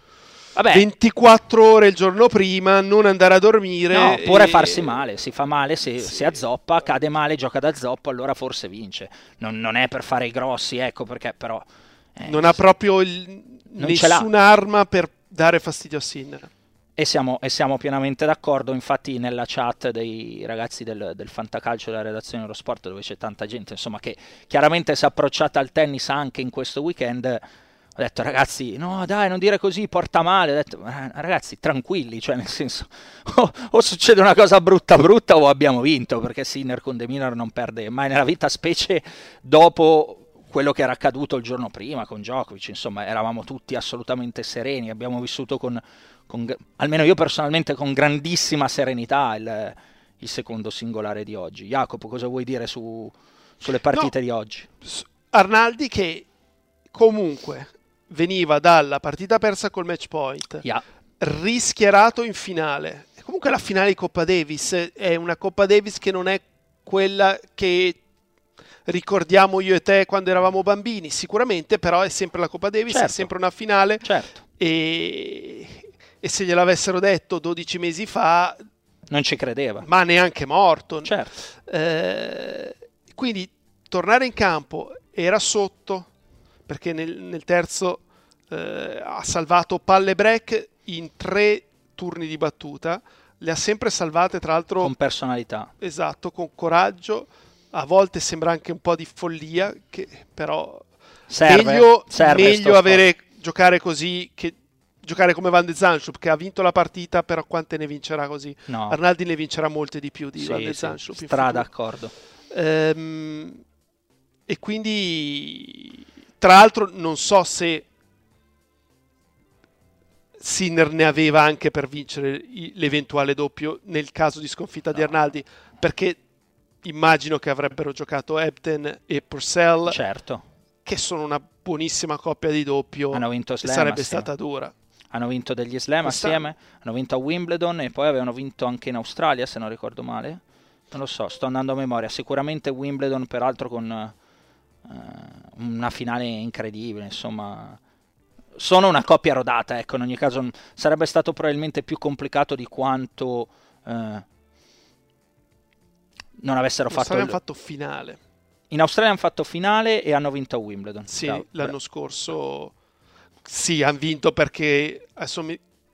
24 ore il giorno prima, non andare a dormire, oppure farsi male, si fa male, si azzoppa, cade male, gioca da zoppo, allora forse vince. Non è per fare i grossi, ecco, perché però non ha proprio nessun'arma per dare fastidio a Sinner. E siamo pienamente d'accordo. Infatti nella chat dei ragazzi del Fantacalcio della redazione Eurosport, dove c'è tanta gente, insomma, che chiaramente si è approcciata al tennis anche in questo weekend, ho detto ragazzi, no dai, non dire così, porta male. Ho detto ragazzi, tranquilli, cioè nel senso o succede una cosa brutta o abbiamo vinto, perché Sinner con De Minaur non perde mai nella vita, specie dopo quello che era accaduto il giorno prima con Djokovic. Insomma, eravamo tutti assolutamente sereni, abbiamo vissuto almeno io personalmente, con grandissima serenità il secondo singolare di oggi. Jacopo, cosa vuoi dire sulle partite di oggi? Arnaldi, che comunque veniva dalla partita persa col match point, rischierato in finale. E comunque la finale di Coppa Davis è una Coppa Davis che non è quella che ricordiamo io e te quando eravamo bambini, sicuramente, però è sempre la Coppa Davis, certo. È sempre una finale, certo. E se gliel'avessero detto 12 mesi fa non ci credeva, ma neanche morto, certo. Quindi tornare in campo, era sotto perché nel terzo ha salvato palle break in 3 turni di battuta, le ha sempre salvate, tra l'altro con personalità, esatto, con coraggio. A volte sembra anche un po' di follia, che però serve meglio giocare così che giocare come Van de Zandschulp, che ha vinto la partita, però quante ne vincerà così? No. Arnaldi ne vincerà molte di più di Van de Zandschulp. D'accordo. E quindi, tra l'altro, non so se Sinner ne aveva anche per vincere l'eventuale doppio nel caso di sconfitta di Arnaldi, perché immagino che avrebbero giocato Ebden e Purcell, certo, che sono una buonissima coppia di doppio. Hanno vinto slam, sarebbe stata dura. Hanno vinto degli slam assieme, hanno vinto a Wimbledon e poi avevano vinto anche in Australia, se non ricordo male. Non lo so, sto andando a memoria. Sicuramente Wimbledon, peraltro, con una finale incredibile, insomma. Sono una coppia rodata, ecco. In ogni caso sarebbe stato probabilmente più complicato di quanto non avessero fatto finale. In Australia hanno fatto finale e hanno vinto a Wimbledon. Sì, l'anno scorso sì, hanno vinto perché adesso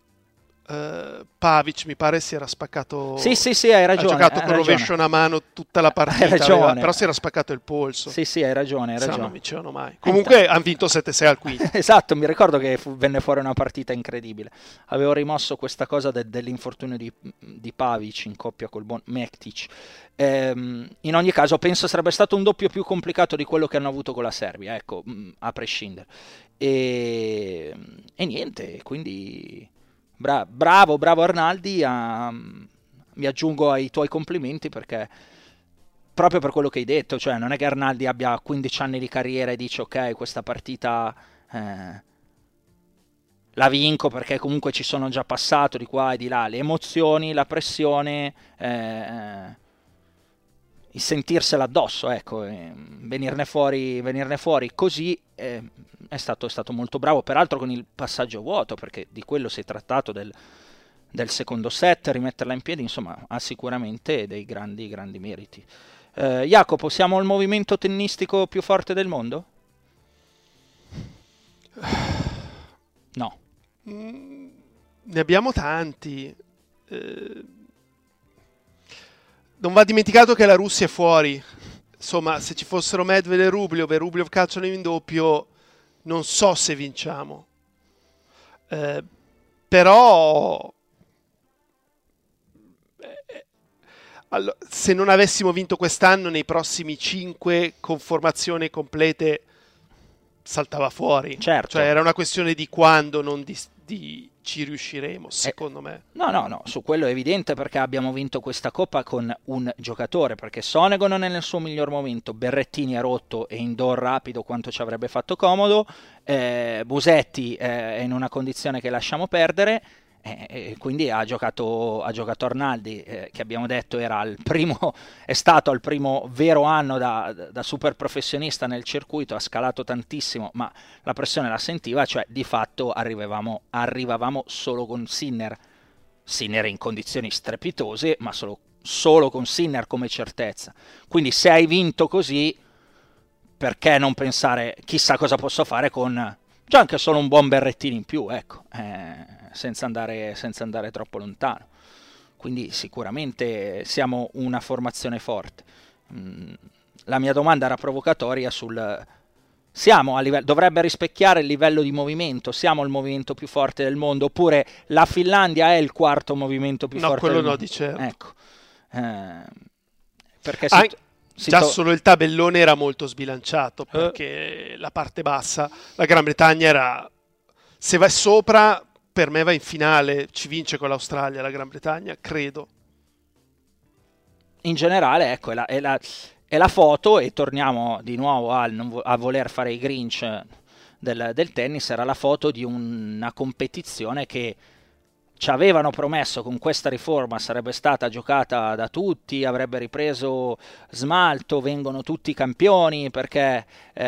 Pavic mi pare si era spaccato. Sì, hai ragione. Ha giocato con rovescione a mano tutta la partita, però si era spaccato il polso. Sì, hai ragione. Non vincevano mai. Comunque hanno vinto 7-6 al quinto. Esatto, mi ricordo che venne fuori una partita incredibile. Avevo rimosso questa cosa dell'infortunio di Pavic in coppia col buon Mektic. In ogni caso penso sarebbe stato un doppio più complicato di quello che hanno avuto con la Serbia, ecco, a prescindere. E niente, quindi bravo Arnaldi, mi aggiungo ai tuoi complimenti, perché proprio per quello che hai detto, cioè non è che Arnaldi abbia 15 anni di carriera e dice ok, questa partita la vinco perché comunque ci sono già passato di qua e di là. Le emozioni, la pressione, il sentirsela addosso, ecco, venirne fuori così, è stato molto bravo, peraltro con il passaggio vuoto, perché di quello si è trattato del secondo set, rimetterla in piedi, insomma ha sicuramente dei grandi meriti. Jacopo, siamo il movimento tennistico più forte del mondo? No. Ne abbiamo tanti. Non va dimenticato che la Russia è fuori. Insomma, se ci fossero Medvedev e Rublev calciano in doppio, non so se vinciamo. Però Allora, se non avessimo vinto quest'anno, nei prossimi 5 con formazioni complete saltava fuori. Certo. Cioè era una questione di quando, non di ci riusciremo, secondo me. No, su quello è evidente, perché abbiamo vinto questa Coppa con un giocatore, perché Sonego non è nel suo miglior momento, Berrettini è rotto e indoor rapido quanto ci avrebbe fatto comodo, Busetti è in una condizione che lasciamo perdere, quindi ha giocato Arnaldi, che abbiamo detto è stato il primo vero anno da super professionista nel circuito, ha scalato tantissimo, ma la pressione la sentiva, cioè di fatto arrivavamo solo con Sinner in condizioni strepitose, ma solo con Sinner come certezza. Quindi se hai vinto così, perché non pensare chissà cosa posso fare con già anche solo un buon Berrettini in più, ecco, senza andare troppo lontano. Quindi sicuramente siamo una formazione forte. La mia domanda era provocatoria siamo a livello, dovrebbe rispecchiare il livello di movimento, siamo il movimento più forte del mondo, oppure la Finlandia è il quarto movimento più forte del mondo? No, quello no, di certo. Ecco. Perché solo il tabellone era molto sbilanciato, perché la parte bassa, la Gran Bretagna era, se va sopra, per me va in finale, ci vince con l'Australia la Gran Bretagna, credo. In generale, ecco, è la foto, e torniamo di nuovo a voler fare i Grinch del tennis, era la foto di una competizione che ci avevano promesso con questa riforma sarebbe stata giocata da tutti, avrebbe ripreso smalto, vengono tutti campioni perché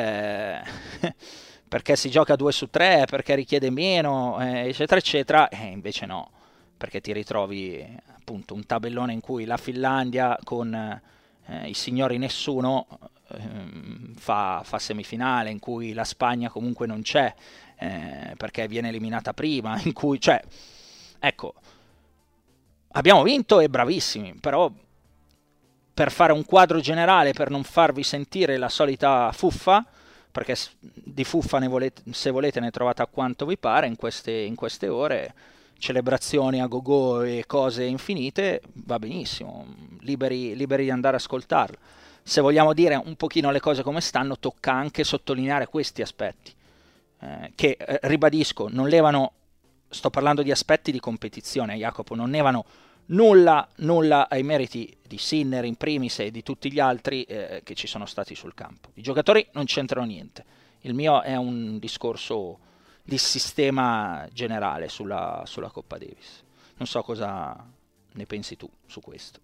si gioca 2 su 3, perché richiede meno, eccetera eccetera, e invece no, perché ti ritrovi appunto un tabellone in cui la Finlandia con i signori nessuno fa semifinale, in cui la Spagna comunque non c'è perché viene eliminata prima, in cui, cioè, ecco, abbiamo vinto e bravissimi, però per fare un quadro generale, per non farvi sentire la solita fuffa, perché di fuffa se volete ne trovate a quanto vi pare in queste ore, celebrazioni a go-go e cose infinite, va benissimo, liberi di andare a ascoltarlo. Se vogliamo dire un pochino le cose come stanno, tocca anche sottolineare questi aspetti, che ribadisco, non levano, sto parlando di aspetti di competizione, Jacopo, non levano nulla ai meriti di Sinner in primis e di tutti gli altri che ci sono stati sul campo. I giocatori non c'entrano niente, il mio è un discorso di sistema generale sulla Coppa Davis. Non so cosa ne pensi tu su questo.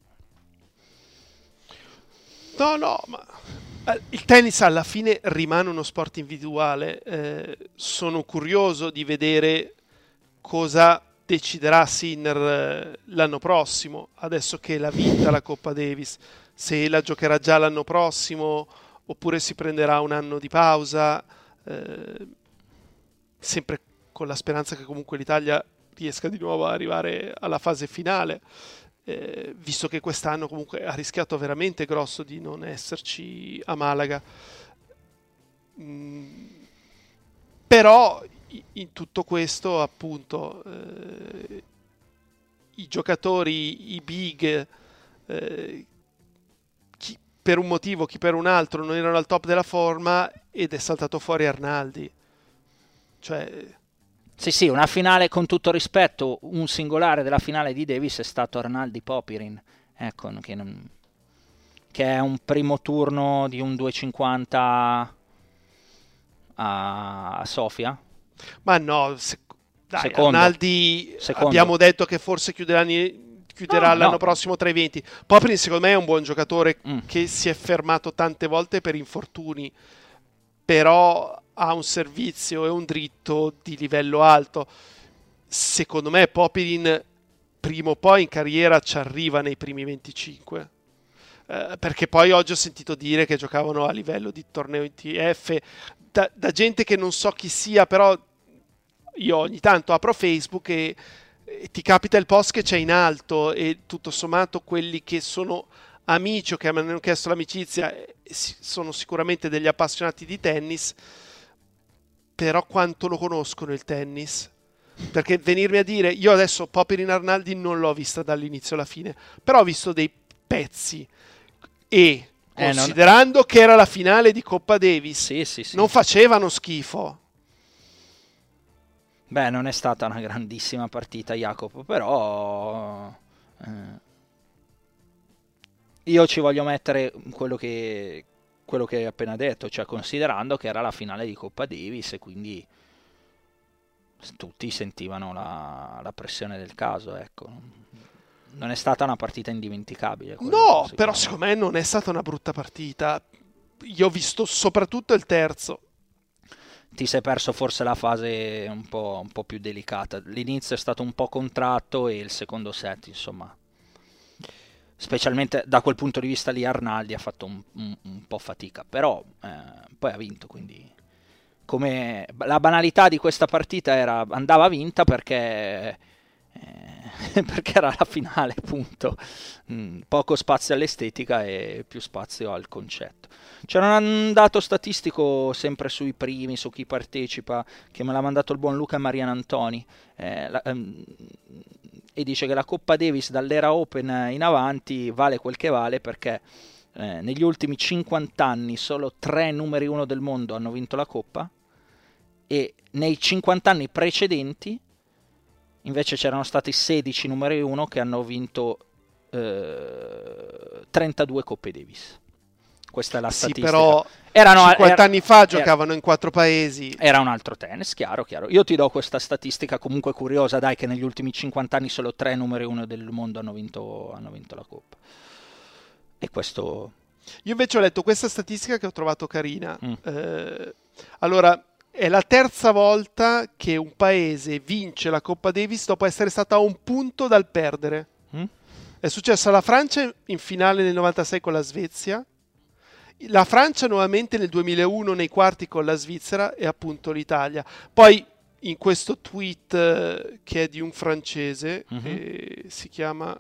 No, ma il tennis alla fine rimane uno sport individuale. Sono curioso di vedere cosa deciderà Sinner l'anno prossimo, adesso che l'ha vinta la Coppa Davis, se la giocherà già l'anno prossimo oppure si prenderà un anno di pausa, sempre con la speranza che comunque l'Italia riesca di nuovo ad arrivare alla fase finale, visto che quest'anno comunque ha rischiato veramente grosso di non esserci a Malaga. Però in tutto questo, appunto, i giocatori, i big, chi per un motivo, chi per un altro, non erano al top della forma ed è saltato fuori Arnaldi. Cioè... Sì, una finale, con tutto rispetto, un singolare della finale di Davis è stato Arnaldi Popirin, ecco, che è un primo turno di un 2,50 a Sofia. Ma no, dai, Arnaldi abbiamo detto che forse chiuderà l'anno prossimo tra i 20. Popirin secondo me è un buon giocatore che si è fermato tante volte per infortuni, però ha un servizio e un dritto di livello alto. Secondo me Popirin prima o poi in carriera ci arriva nei primi 25, perché poi oggi ho sentito dire che giocavano a livello di torneo ITF da gente che non so chi sia, però io ogni tanto apro Facebook e ti capita il post che c'è in alto e tutto sommato quelli che sono amici o che mi hanno chiesto l'amicizia sono sicuramente degli appassionati di tennis, però quanto lo conoscono il tennis? Perché venirmi a dire, io adesso Popirin Arnaldi non l'ho vista dall'inizio alla fine, però ho visto dei pezzi, e considerando che era la finale di Coppa Davis, sì. non facevano schifo. Beh, non è stata una grandissima partita, Jacopo, però io ci voglio mettere quello che hai appena detto, cioè considerando che era la finale di Coppa Davis e quindi tutti sentivano la pressione del caso, ecco. Non è stata una partita indimenticabile. No, però secondo me non è stata una brutta partita. Io ho visto soprattutto il terzo. Ti sei perso forse la fase un po' più delicata. L'inizio è stato un po' contratto e il secondo set, insomma, specialmente da quel punto di vista lì, Arnaldi ha fatto un po' fatica, però poi ha vinto, quindi come la banalità di questa partita era andava vinta perché era la finale, punto. Poco spazio all'estetica e più spazio al concetto. C'era un dato statistico sempre sui primi, su chi partecipa, che me l'ha mandato il buon Luca Mariano Antoni, e dice che la Coppa Davis dall'era Open in avanti vale quel che vale, perché negli ultimi 50 anni solo 3 numeri 1 del mondo hanno vinto la Coppa, e nei 50 anni precedenti invece c'erano stati 16 numeri 1 che hanno vinto 32 Coppe Davis. Questa è la statistica. Sì, però 50 anni fa giocavano in 4 paesi. Era un altro tennis, chiaro. Io ti do questa statistica comunque curiosa, dai, che negli ultimi 50 anni solo 3 numeri 1 del mondo hanno vinto la Coppa. E questo... Io invece ho letto questa statistica che ho trovato carina. Allora, è la terza volta che un paese vince la Coppa Davis dopo essere stata a un punto dal perdere. È successo alla Francia in finale nel 96 con la Svezia, la Francia nuovamente nel 2001 nei quarti con la Svizzera, e appunto l'Italia. Poi in questo tweet che è di un francese, si chiama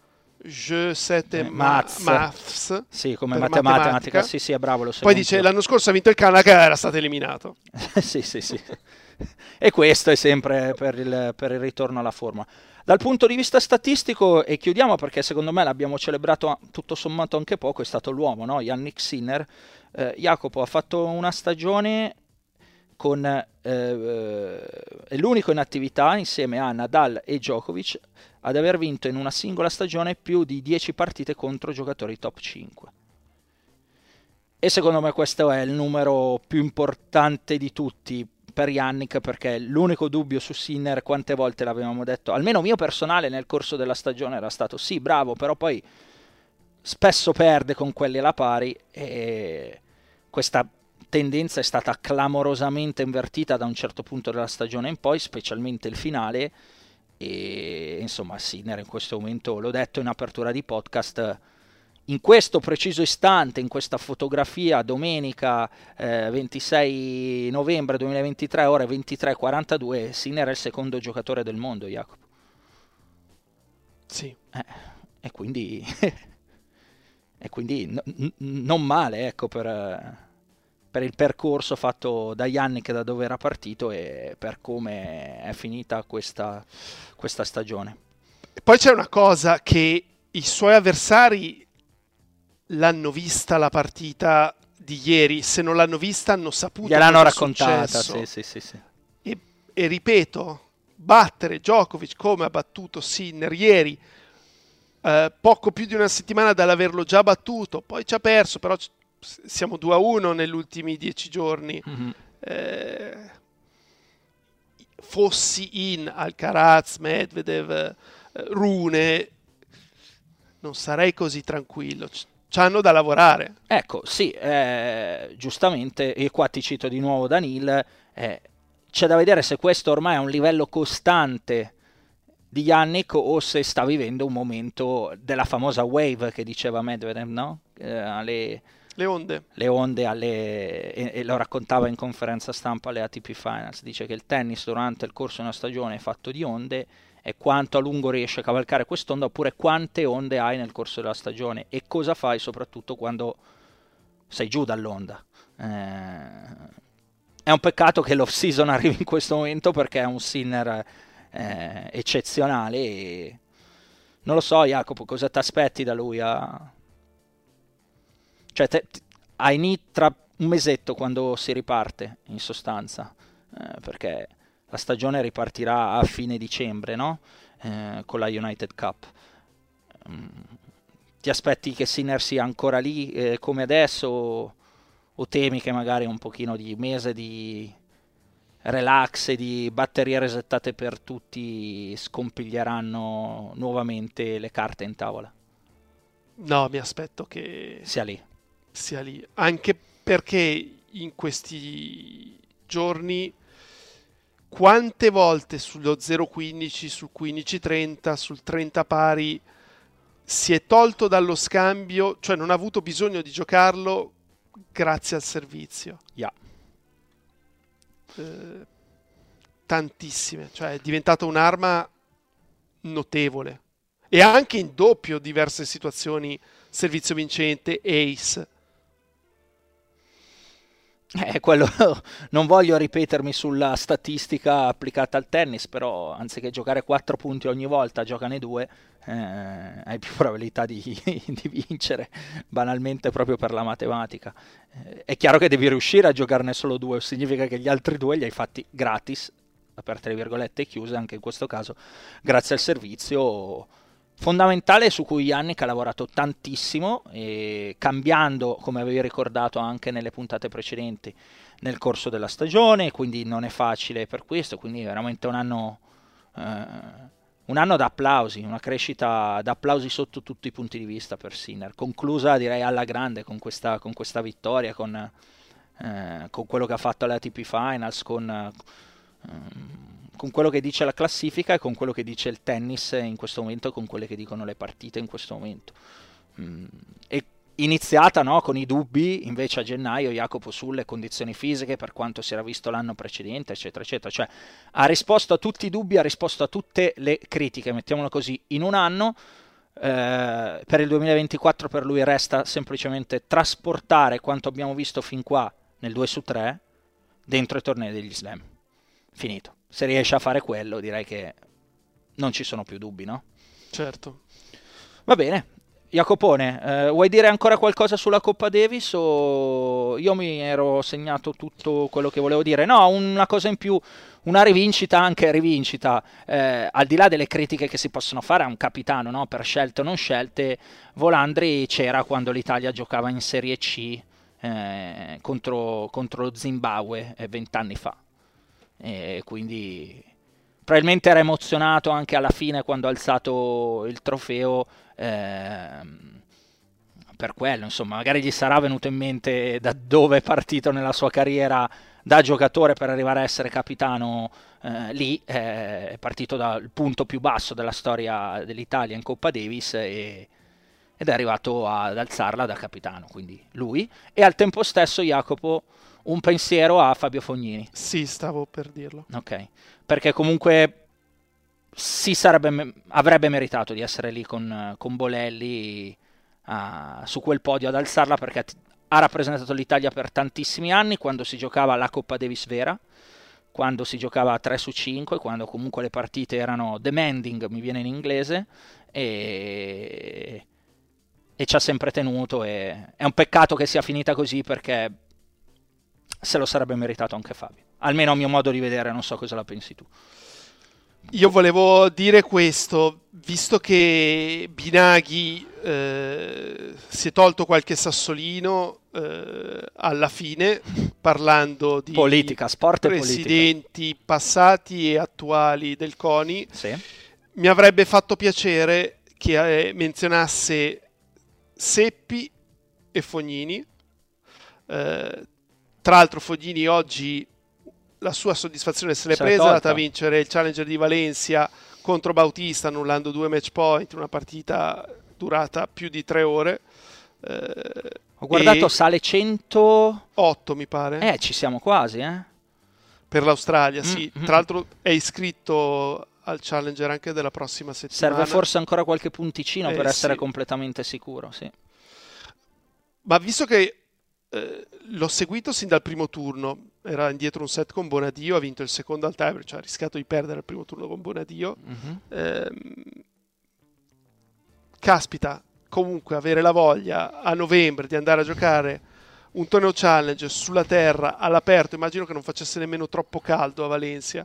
Maths, sì, come matematica. Sì, è bravo, lo so. Poi dice: l'anno scorso ha vinto il Canada, era stato eliminato. sì. E questo è sempre per il ritorno alla forma. Dal punto di vista statistico, e chiudiamo perché secondo me l'abbiamo celebrato tutto sommato anche poco, è stato l'uomo, no? Jannik Sinner. Jacopo ha fatto una stagione è l'unico in attività insieme a Nadal e Djokovic ad aver vinto in una singola stagione più di 10 partite contro giocatori top 5. E secondo me questo è il numero più importante di tutti per Jannik, perché l'unico dubbio su Sinner, quante volte l'avevamo detto, almeno mio personale nel corso della stagione, era stato sì, bravo, però poi spesso perde con quelli alla pari, e questa tendenza è stata clamorosamente invertita da un certo punto della stagione in poi, specialmente il finale. E insomma Sinner in questo momento, l'ho detto in apertura di podcast, in questo preciso istante, in questa fotografia, domenica 26 novembre 2023, ore 23:42, Sinner è il secondo giocatore del mondo, Jacopo. Sì. E quindi non male, ecco, per il percorso fatto da Jannik, da dove era partito, e per come è finita questa stagione. E poi c'è una cosa, che i suoi avversari l'hanno vista la partita di ieri, se non l'hanno vista hanno saputo, gliel'hanno raccontata, sì. E ripeto, battere Djokovic come ha battuto Sinner ieri, poco più di una settimana dall'averlo già battuto, poi ci ha perso, però siamo 2-1 negli ultimi 10 giorni. Fossi in Alcaraz, Medvedev, Rune, non sarei così tranquillo. C'hanno da lavorare. Ecco, sì, giustamente, e qua ti cito di nuovo Danil, c'è da vedere se questo ormai è un livello costante di Jannik o se sta vivendo un momento della famosa wave che diceva Medvedev, no? Le onde e lo raccontava in conferenza stampa alle ATP Finals. Dice che il tennis durante il corso di una stagione è fatto di onde, e quanto a lungo riesce a cavalcare quest'onda, oppure quante onde hai nel corso della stagione e cosa fai soprattutto quando sei giù dall'onda. È un peccato che l'off season arrivi in questo momento, perché è un Sinner eccezionale, e Non lo so, Jacopo, cosa ti aspetti da lui? Cioè, hai tra un mesetto quando si riparte, in sostanza, perché la stagione ripartirà a fine dicembre, no? Con la United Cup. Ti aspetti che Sinner sia ancora lì come adesso o temi che magari un pochino di mese di relax e di batterie resettate per tutti scompiglieranno nuovamente le carte in tavola? No, mi aspetto che sia lì, anche perché in questi giorni quante volte sullo 0-15, sul 15-30, sul 30 pari si è tolto dallo scambio, cioè non ha avuto bisogno di giocarlo grazie al servizio. Tantissime, cioè è diventata un'arma notevole, e anche in doppio diverse situazioni, servizio vincente, ace. Quello non voglio ripetermi sulla statistica applicata al tennis, però anziché giocare 4 punti ogni volta, giocane 2, hai più probabilità di vincere, banalmente proprio per la matematica. È chiaro che devi riuscire a giocarne solo 2, significa che gli altri 2 li hai fatti gratis, aperte le virgolette e chiuse, anche in questo caso, grazie al servizio fondamentale su cui Jannik ha lavorato tantissimo, e cambiando, come avevi ricordato anche nelle puntate precedenti, nel corso della stagione, quindi non è facile per questo, quindi veramente un anno da applausi, una crescita da applausi sotto tutti i punti di vista per Sinner, conclusa direi alla grande con questa vittoria, con quello che ha fatto alle ATP Finals, con quello che dice la classifica e con quello che dice il tennis in questo momento, con quelle che dicono le partite in questo momento. E iniziata, no, con i dubbi invece a gennaio, Jacopo, sulle condizioni fisiche, per quanto si era visto l'anno precedente, eccetera eccetera, cioè ha risposto a tutti i dubbi, ha risposto a tutte le critiche, mettiamolo così, in un anno. Per il 2024 per lui resta semplicemente trasportare quanto abbiamo visto fin qua nel 2/3 dentro i tornei degli Slam. Finito. Se riesce a fare quello, direi che non ci sono più dubbi, no? Certo. Va bene. Jacopone, vuoi dire ancora qualcosa sulla Coppa Davis, o io mi ero segnato tutto quello che volevo dire? No, una cosa in più, una rivincita, al di là delle critiche che si possono fare a un capitano, no? Per scelte o non scelte, Volandri c'era quando l'Italia giocava in Serie C contro lo Zimbabwe 20 anni fa. E quindi probabilmente era emozionato anche alla fine quando ha alzato il trofeo, per quello, insomma, magari gli sarà venuto in mente da dove è partito nella sua carriera da giocatore per arrivare a essere capitano. Lì è partito dal punto più basso della storia dell'Italia in Coppa Davis ed è arrivato ad alzarla da capitano, quindi lui. E al tempo stesso, Jacopo, un pensiero a Fabio Fognini. Sì, stavo per dirlo. Ok, perché comunque avrebbe meritato di essere lì con Bolelli su quel podio ad alzarla, perché ha rappresentato l'Italia per tantissimi anni, quando si giocava la Coppa Davis vera, quando si giocava a 3/5, quando comunque le partite erano demanding, mi viene in inglese, e ci ha sempre tenuto, e è un peccato che sia finita così, perché se lo sarebbe meritato anche Fabio, almeno a mio modo di vedere, non so cosa la pensi tu. Io volevo dire questo, visto che Binaghi si è tolto qualche sassolino alla fine, parlando di politica, sport e presidenti politica, passati e attuali del CONI, sì. Mi avrebbe fatto piacere che menzionasse Seppi e Fognini. Tra l'altro Fognini oggi la sua soddisfazione se l'è presa, è andata a vincere il Challenger di Valencia contro Bautista, annullando 2 match point, una partita durata più di 3 ore. Ho guardato, sale 108 mi pare. Ci siamo quasi, per l'Australia, sì. Tra l'altro è iscritto al Challenger anche della prossima settimana. Serve forse ancora qualche punticino per essere completamente sicuro, sì. Ma visto che l'ho seguito sin dal primo turno, era indietro un set con Bonadio, ha vinto il secondo al tiebreak, cioè ha rischiato di perdere il primo turno con Bonadio. caspita, comunque avere la voglia a novembre di andare a giocare un torneo challenge sulla terra all'aperto, immagino che non facesse nemmeno troppo caldo a Valencia.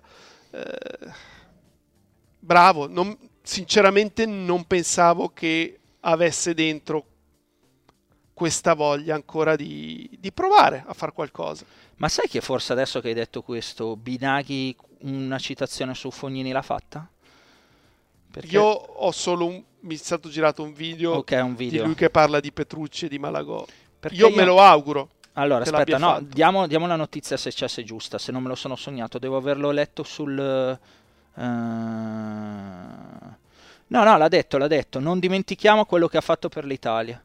Bravo, sinceramente non pensavo che avesse dentro questa voglia ancora di provare a fare qualcosa. Ma sai che forse adesso che hai detto questo, Binaghi una citazione su Fognini l'ha fatta? Perché... Io ho solo mi è stato girato un video, un video di lui che parla di Petrucci e di Malagò. Perché io me lo auguro. Allora, che aspetta, no, fatto. diamo la notizia se c'è, se è giusta, se non me lo sono sognato, devo averlo letto sul... No, l'ha detto, non dimentichiamo quello che ha fatto per l'Italia.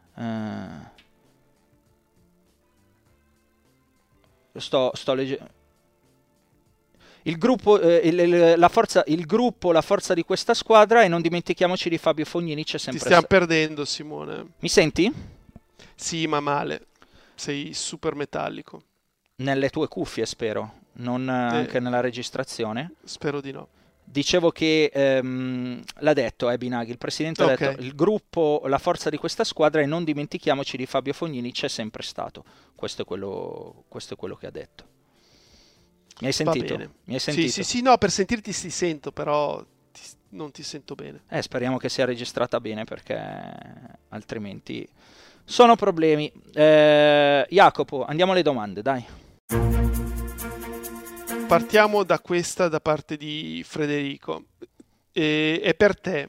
Sto leggendo. Il gruppo, la forza di questa squadra, e non dimentichiamoci di Fabio Fognini, c'è sempre. Ti stiamo perdendo, Simone. Mi senti? Sì, ma male. Sei super metallico. Nelle tue cuffie, spero, non anche nella registrazione. Spero di no. Dicevo che l'ha detto Binaghi, il presidente ha detto il gruppo, la forza di questa squadra, e non dimentichiamoci di Fabio Fognini, c'è sempre stato. Questo è quello che ha detto. Mi hai sentito? Mi hai sentito? Sì, no, per sentirti ti sento, però non ti sento bene. Speriamo che sia registrata bene, perché altrimenti sono problemi. Jacopo, andiamo alle domande, dai. Partiamo da questa da parte di Federico. È per te.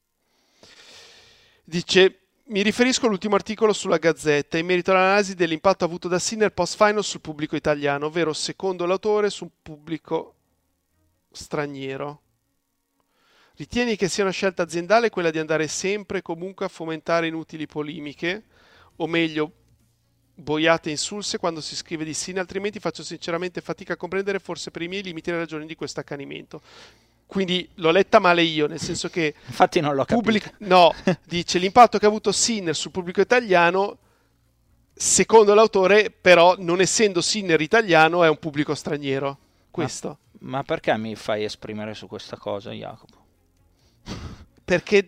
Dice: mi riferisco all'ultimo articolo sulla Gazzetta in merito all'analisi dell'impatto avuto da Sinner post-final sul pubblico italiano, ovvero, secondo l'autore, sul pubblico straniero. Ritieni che sia una scelta aziendale quella di andare sempre e comunque a fomentare inutili polemiche, o meglio, boiate insulse quando si scrive di Sinner, altrimenti faccio sinceramente fatica a comprendere, forse per i miei limiti, le ragioni di questo accanimento. Quindi l'ho letta male io, nel senso che... Infatti non l'ho capito. No, dice l'impatto che ha avuto Sinner sul pubblico italiano, secondo l'autore, però, non essendo Sinner italiano, è un pubblico straniero. Questo. Ma perché mi fai esprimere su questa cosa, Jacopo? Perché...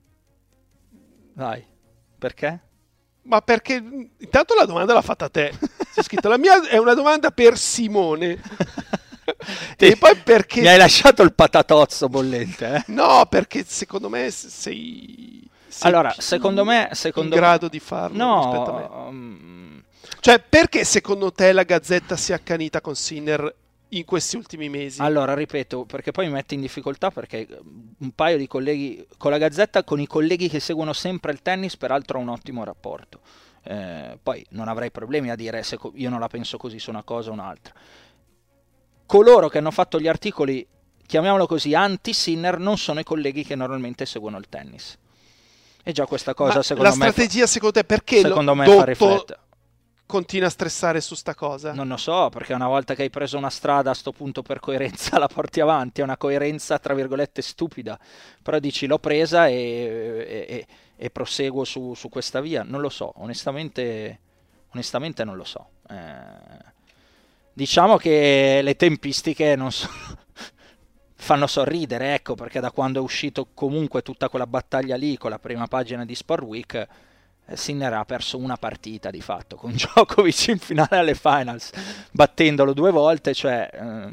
Vai, perché? Ma perché intanto la domanda l'ha fatta te. C'è scritto: la mia è una domanda per Simone. E poi perché mi hai lasciato il patatozzo bollente, eh? No, perché secondo me sei allora, secondo me in grado di farlo. No, rispetto a me. Cioè, perché secondo te la Gazzetta si è accanita con Sinner in questi ultimi mesi? Allora, ripeto, perché poi mi metti in difficoltà, perché un paio di colleghi con la Gazzetta, con i colleghi che seguono sempre il tennis, peraltro ho un ottimo rapporto. Poi non avrei problemi a dire se io non la penso così su una cosa o un'altra. Coloro che hanno fatto gli articoli, chiamiamolo così, anti-Sinner, non sono i colleghi che normalmente seguono il tennis. E già questa cosa, secondo me... La strategia, secondo te, perché secondo me fa riflettere. Continua a stressare su sta cosa? Non lo so, perché una volta che hai preso una strada, a sto punto per coerenza la porti avanti. È una coerenza, tra virgolette, stupida. Però dici, l'ho presa e proseguo su questa via. Non lo so, onestamente non lo so. Diciamo che le tempistiche non fanno sorridere, ecco, perché da quando è uscito comunque tutta quella battaglia lì con la prima pagina di Sport Week, Sinner ha perso una partita di fatto con Djokovic in finale alle finals, battendolo 2 volte, cioè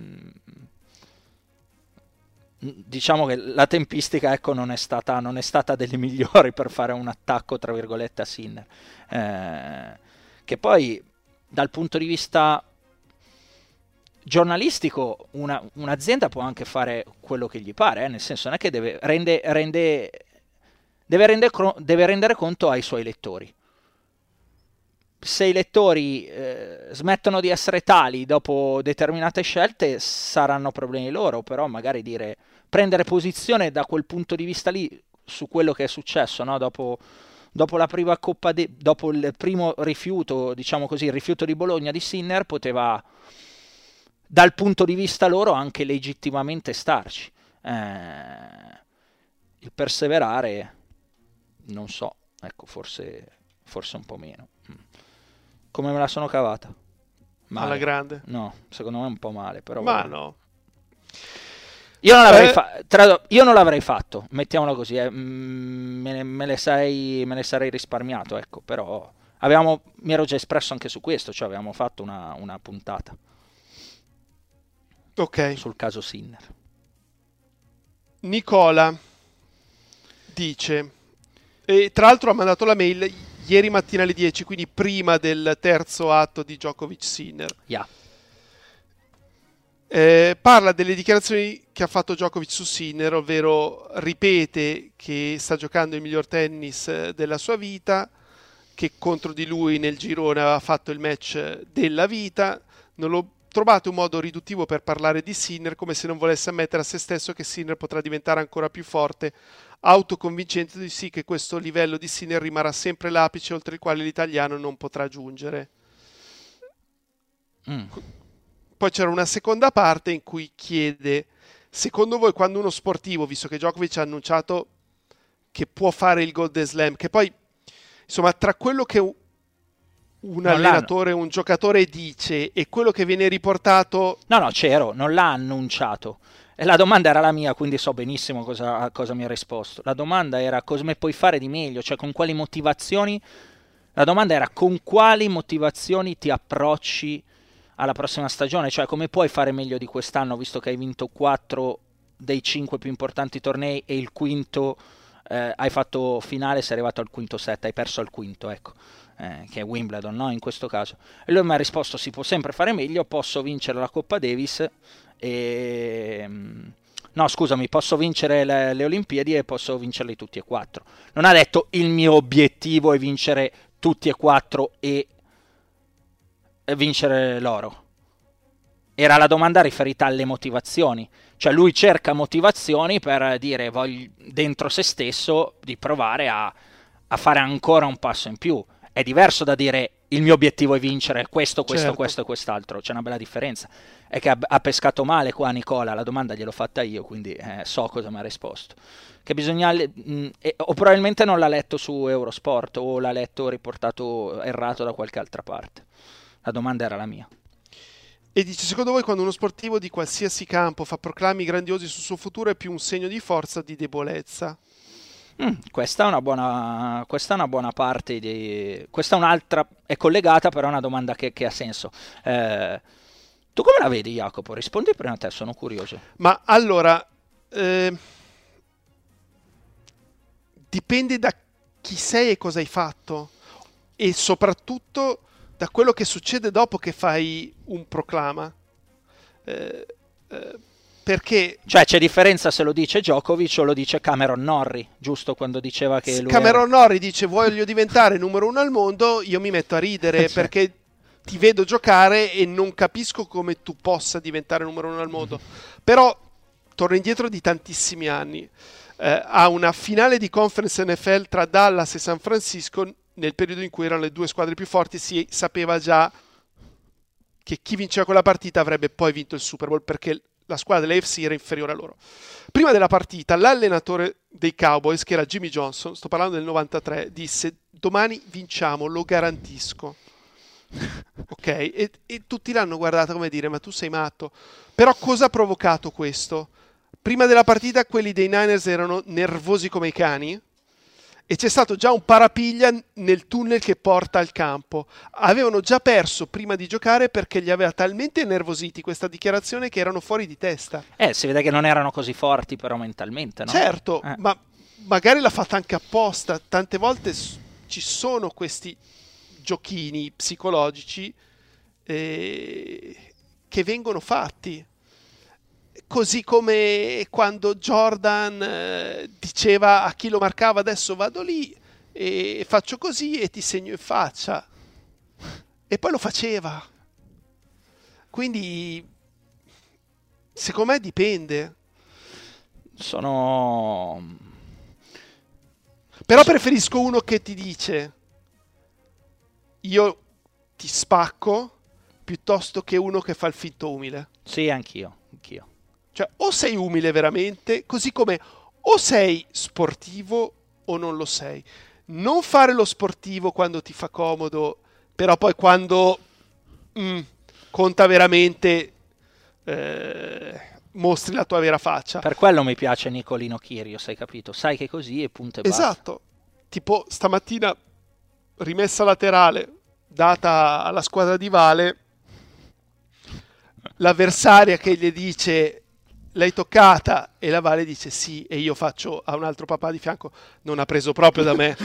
diciamo che la tempistica, ecco, non è stata delle migliori per fare un attacco, tra virgolette, a Sinner, che poi dal punto di vista giornalistico un'azienda può anche fare quello che gli pare, nel senso non è che deve rendere conto ai suoi lettori. Se i lettori smettono di essere tali dopo determinate scelte, saranno problemi loro, però magari prendere posizione da quel punto di vista lì su quello che è successo, no? Dopo la prima dopo il primo rifiuto, diciamo così, il rifiuto di Bologna di Sinner, poteva dal punto di vista loro anche legittimamente starci. Il perseverare, non so, ecco, forse un po' meno. Come me la sono cavata? Male. Alla grande? No, secondo me un po' male, però. Ma vabbè. no. Io non l'avrei fatto, mettiamolo così, me le sarei risparmiato, ecco, però mi ero già espresso anche su questo, cioè avevamo fatto una puntata sul caso Sinner. Nicola dice, e tra l'altro ha mandato la mail ieri mattina alle 10, quindi prima del terzo atto di Djokovic-Sinner. Yeah. Parla delle dichiarazioni che ha fatto Djokovic su Sinner, ovvero ripete che sta giocando il miglior tennis della sua vita, che contro di lui nel girone aveva fatto il match della vita. Non l'ho trovato un modo riduttivo per parlare di Sinner, come se non volesse ammettere a se stesso che Sinner potrà diventare ancora più forte, autoconvincente di sì che questo livello di Sinner rimarrà sempre l'apice oltre il quale l'italiano non potrà giungere. Poi c'era una seconda parte in cui chiede: secondo voi, quando uno sportivo, visto che Djokovic ha annunciato che può fare il Golden Slam, che poi insomma tra quello che un allenatore, un giocatore dice e quello che viene riportato... No, Cero, non l'ha annunciato. E la domanda era la mia, quindi so benissimo cosa mi ha risposto. La domanda era come puoi fare di meglio, cioè con quali motivazioni. La domanda era con quali motivazioni ti approcci alla prossima stagione, cioè come puoi fare meglio di quest'anno, visto che hai vinto 4 dei 5 più importanti tornei e il quinto hai fatto finale, sei arrivato al quinto set, hai perso al quinto, ecco, che è Wimbledon, no? In questo caso. E lui mi ha risposto: si può sempre fare meglio, posso vincere la Coppa Davis no, scusami, posso vincere le Olimpiadi e posso vincerli tutti e 4. Non ha detto il mio obiettivo è vincere tutti e 4 e vincere l'oro. Era la domanda riferita alle motivazioni, cioè lui cerca motivazioni per dire dentro se stesso di provare a fare ancora un passo in più. È diverso da dire il mio obiettivo è vincere questo e quest'altro, c'è una bella differenza. È che ha pescato male qua Nicola, la domanda gliel'ho fatta io, quindi so cosa mi ha risposto. Che bisogna o probabilmente non l'ha letto su Eurosport o l'ha letto riportato errato da qualche altra parte. La domanda era la mia. E dice: secondo voi, quando uno sportivo di qualsiasi campo fa proclami grandiosi sul suo futuro, è più un segno di forza o di debolezza? Questa è una buona parte questa è un'altra, è collegata, però è una domanda che ha senso. Tu come la vedi, Jacopo? Rispondi prima a te, sono curioso. Ma allora, dipende da chi sei e cosa hai fatto, e soprattutto da quello che succede dopo che fai un proclama. Perché... Cioè c'è differenza se lo dice Djokovic o lo dice Cameron Norrie, giusto, quando diceva che lui Cameron Norrie dice voglio diventare numero 1 al mondo, io mi metto a ridere perché ti vedo giocare e non capisco come tu possa diventare numero 1 al mondo. Però torno indietro di tantissimi anni, a una finale di conference NFL tra Dallas e San Francisco, nel periodo in cui erano le due squadre più forti, si sapeva già che chi vinceva quella partita avrebbe poi vinto il Super Bowl, perché la squadra dell'AFC era inferiore a loro. Prima della partita l'allenatore dei Cowboys, che era Jimmy Johnson, sto parlando del 93, disse: domani vinciamo, lo garantisco. Ok? E tutti l'hanno guardato come dire: ma tu sei matto. Però cosa ha provocato questo? Prima della partita quelli dei Niners erano nervosi come i cani e c'è stato già un parapiglia nel tunnel che porta al campo. Avevano già perso prima di giocare perché li aveva talmente nervositi questa dichiarazione che erano fuori di testa. Si vede che non erano così forti però mentalmente, no? Certo, ma magari l'ha fatta anche apposta. Tante volte ci sono questi giochini psicologici che vengono fatti. Così come quando Jordan diceva a chi lo marcava: adesso vado lì e faccio così e ti segno in faccia, e poi lo faceva. Quindi secondo me dipende. Però preferisco uno che ti dice io ti spacco piuttosto che uno che fa il finto umile. Sì, anch'io. Cioè, o sei umile veramente, così come o sei sportivo o non lo sei. Non fare lo sportivo quando ti fa comodo, però poi quando conta veramente mostri la tua vera faccia. Per quello mi piace Nicolino Kyrgios, hai capito? Sai che è così e punto e basta. Esatto. Tipo stamattina rimessa laterale data alla squadra di Vale, l'avversaria che gli dice l'hai toccata e la Vale dice sì, e io faccio a un altro papà di fianco, non ha preso proprio da me.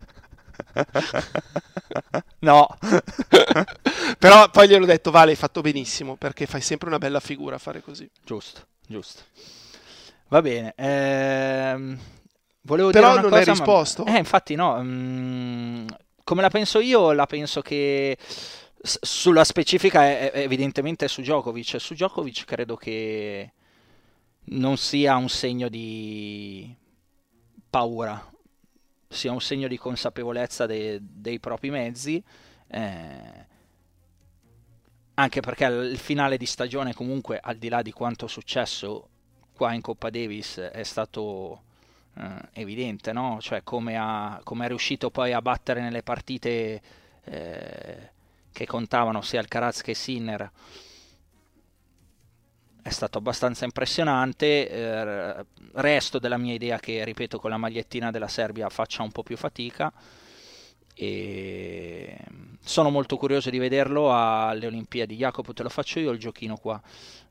No. Però poi gliel'ho detto, Vale, hai fatto benissimo, perché fai sempre una bella figura a fare così. Giusto. Va bene. Volevo Però dire una non cosa, hai risposto. Infatti no. Come la penso io, la penso che sulla specifica è evidentemente su Djokovic. Su Djokovic credo che non sia un segno di paura, sia un segno di consapevolezza dei propri mezzi, anche perché il finale di stagione comunque, al di là di quanto è successo qua in Coppa Davis, è stato evidente, no? Cioè come è riuscito poi a battere nelle partite che contavano sia Alcaraz che Sinner è stato abbastanza impressionante. Resto della mia idea che, ripeto, con la magliettina della Serbia faccia un po' più fatica, e sono molto curioso di vederlo alle Olimpiadi. Jacopo, te lo faccio io il giochino qua.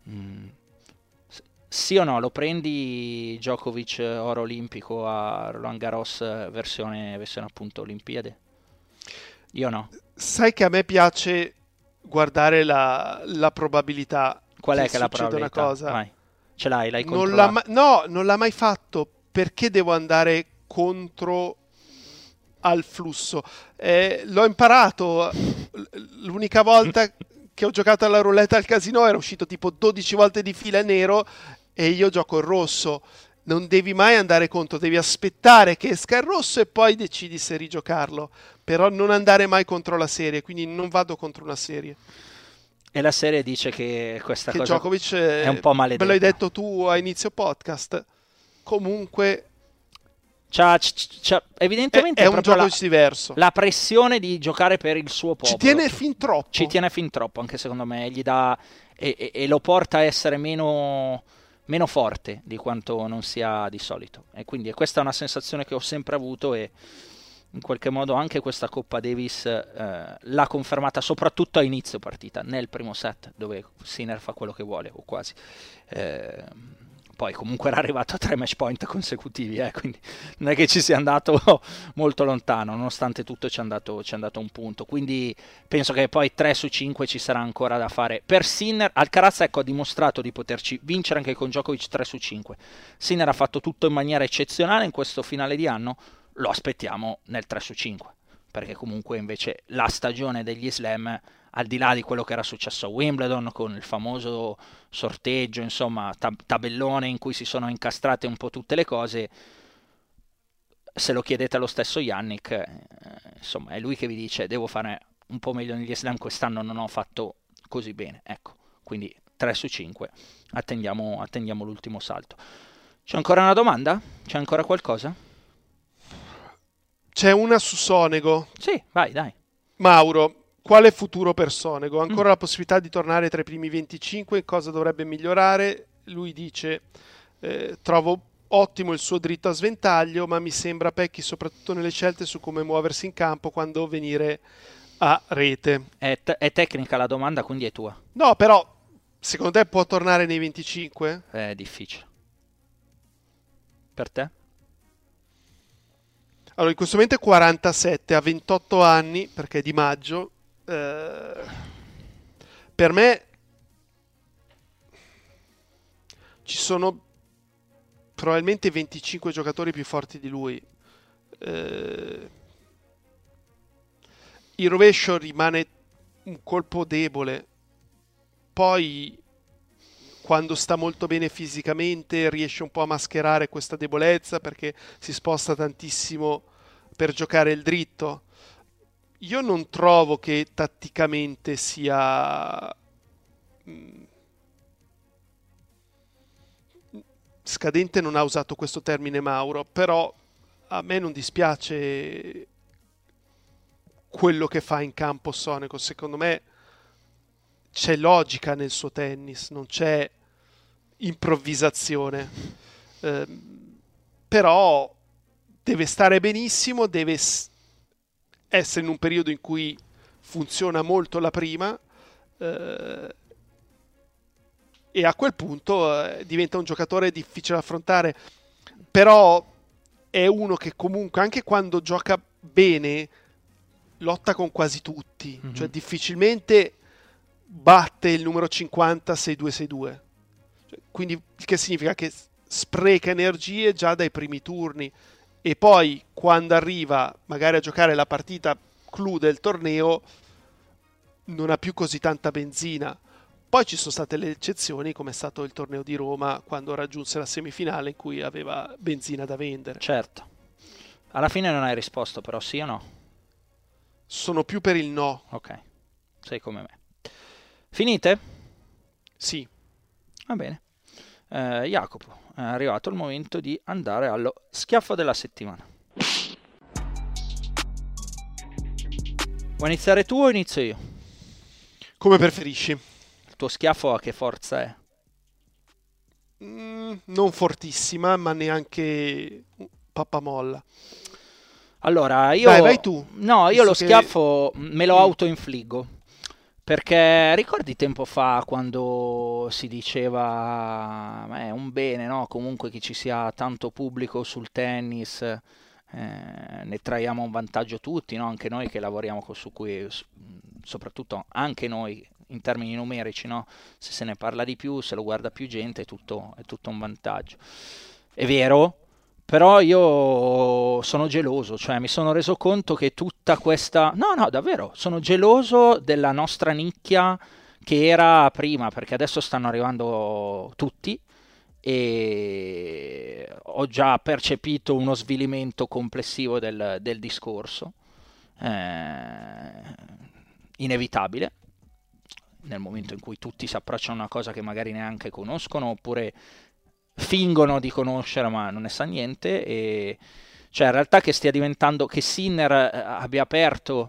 Sì o no, lo prendi Djokovic oro olimpico a Roland Garros versione appunto Olimpiade? Io no. Sai che a me piace guardare la probabilità. Qual è che la succeda probabilità? Una cosa. Vai. Ce l'hai controllato? No, non l'ha mai fatto. Perché devo andare contro al flusso? L'ho imparato. L'unica volta che ho giocato alla roulette al casino era uscito tipo 12 volte di fila nero e io gioco il rosso. Non devi mai andare contro, devi aspettare che esca il rosso e poi decidi se rigiocarlo. Però non andare mai contro la serie, quindi non vado contro una serie. E la serie dice che questa cosa Djokovic è un po' maledetta. Me l'hai detto tu a inizio podcast. Comunque evidentemente è un Djokovic diverso. La pressione di giocare per il suo popolo. Ci tiene fin troppo, anche secondo me. Gli dà e lo porta a essere meno forte di quanto non sia di solito. E quindi questa è una sensazione che ho sempre avuto, e in qualche modo anche questa Coppa Davis l'ha confermata, soprattutto a inizio partita, nel primo set, dove Sinner fa quello che vuole, o quasi. Poi comunque era arrivato a 3 match point consecutivi, quindi non è che ci sia andato molto lontano, nonostante tutto ci è andato un punto. Quindi penso che poi 3 su 5 ci sarà ancora da fare. Per Sinner, Alcaraz ha dimostrato di poterci vincere anche con Djokovic 3 su 5. Sinner ha fatto tutto in maniera eccezionale in questo finale di anno, lo aspettiamo nel 3 su 5, perché comunque invece la stagione degli slam, al di là di quello che era successo a Wimbledon con il famoso sorteggio, insomma tabellone in cui si sono incastrate un po' tutte le cose, se lo chiedete allo stesso Yannick, insomma è lui che vi dice devo fare un po' meglio negli slam, quest'anno non ho fatto così bene, ecco, quindi 3 su 5, attendiamo l'ultimo salto. C'è ancora una domanda? C'è ancora qualcosa? C'è una su Sonego. Sì, vai, dai. Mauro, quale futuro per Sonego? Ancora la possibilità di tornare tra i primi 25? Cosa dovrebbe migliorare? Lui dice, trovo ottimo il suo dritto a sventaglio, ma mi sembra pecchi soprattutto nelle scelte su come muoversi in campo quando venire a rete. È tecnica la domanda, quindi è tua. No, però, secondo te può tornare nei 25? È difficile. Per te? Allora, in questo momento è 47, ha 28 anni, perché è di maggio. Per me ci sono probabilmente 25 giocatori più forti di lui. Il rovescio rimane un colpo debole. Poi, quando sta molto bene fisicamente, riesce un po' a mascherare questa debolezza perché si sposta tantissimo per giocare il dritto. Io non trovo che tatticamente sia scadente, non ha usato questo termine Mauro, però a me non dispiace quello che fa in campo Sonego. Secondo me c'è logica nel suo tennis, non c'è improvvisazione, però deve stare benissimo, deve essere in un periodo in cui funziona molto la prima, e a quel punto diventa un giocatore difficile da affrontare, però è uno che comunque anche quando gioca bene lotta con quasi tutti, cioè difficilmente batte il numero 50 6-2-6-2, quindi il che significa che spreca energie già dai primi turni, e poi quando arriva magari a giocare la partita clou del torneo non ha più così tanta benzina. Poi ci sono state le eccezioni, come è stato il torneo di Roma quando raggiunse la semifinale in cui aveva benzina da vendere. Certo. Alla fine non hai risposto però, sì o no? Sono più per il no. Ok, sei come me. Finite? Sì. Va bene. Jacopo, è arrivato il momento di andare allo schiaffo della settimana. Vuoi iniziare tu o inizio io? Come preferisci. Il tuo schiaffo a che forza è? Non fortissima, ma neanche pappamolla. Allora, io... Dai, vai tu. No, io lo schiaffo me lo autoinfliggo. Perché ricordi tempo fa quando si diceva è un bene, no? Comunque che ci sia tanto pubblico sul tennis, ne traiamo un vantaggio tutti, no? Anche noi che lavoriamo su cui, soprattutto anche noi in termini numerici, no? Se ne parla di più, se lo guarda più gente, è tutto un vantaggio. È vero, però io sono geloso, cioè mi sono reso conto che tutta questa... No, davvero, sono geloso della nostra nicchia che era prima, perché adesso stanno arrivando tutti e ho già percepito uno svilimento complessivo del discorso, inevitabile, nel momento in cui tutti si approcciano a una cosa che magari neanche conoscono, oppure fingono di conoscere ma non ne sa niente, e cioè in realtà che stia diventando, che Sinner abbia aperto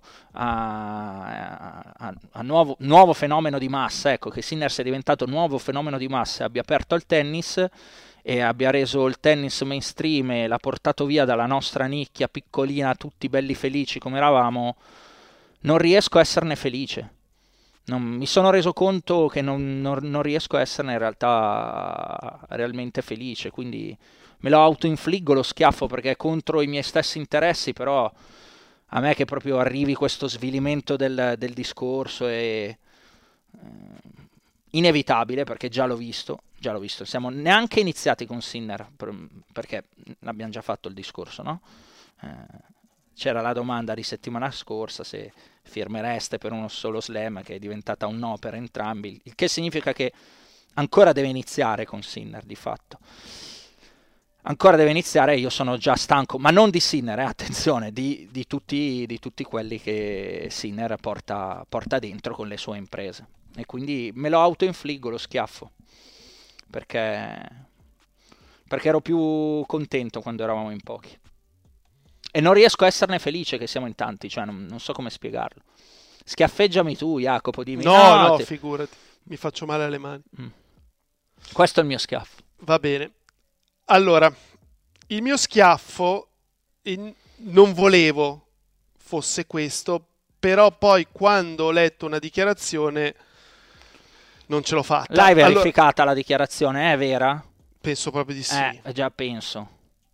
a nuovo fenomeno di massa, ecco, che Sinner sia diventato nuovo fenomeno di massa, abbia aperto al tennis e abbia reso il tennis mainstream e l'ha portato via dalla nostra nicchia piccolina, tutti belli felici come eravamo, non riesco a esserne felice. Mi sono reso conto che non riesco a esserne in realtà realmente felice, quindi me lo autoinfliggo lo schiaffo perché è contro i miei stessi interessi, però a me che proprio arrivi questo svilimento del discorso è inevitabile, perché già l'ho visto, siamo neanche iniziati con Sinner perché abbiamo già fatto il discorso, no? C'era la domanda di settimana scorsa se firmereste per uno solo slam, che è diventata un no per entrambi, il che significa che ancora deve iniziare con Sinner, di fatto. Ancora deve iniziare, io sono già stanco, ma non di Sinner, attenzione, di tutti quelli che Sinner porta dentro con le sue imprese. E quindi me lo autoinfliggo lo schiaffo, perché ero più contento quando eravamo in pochi. E non riesco a esserne felice che siamo in tanti, cioè non so come spiegarlo. Schiaffeggiami tu, Jacopo, dimmi. No, figurati, mi faccio male alle mani. Questo è il mio schiaffo. Va bene. Allora, il mio schiaffo non volevo fosse questo, però poi quando ho letto una dichiarazione non ce l'ho fatta. L'hai verificata la dichiarazione, è vera? Penso proprio di sì. Già penso.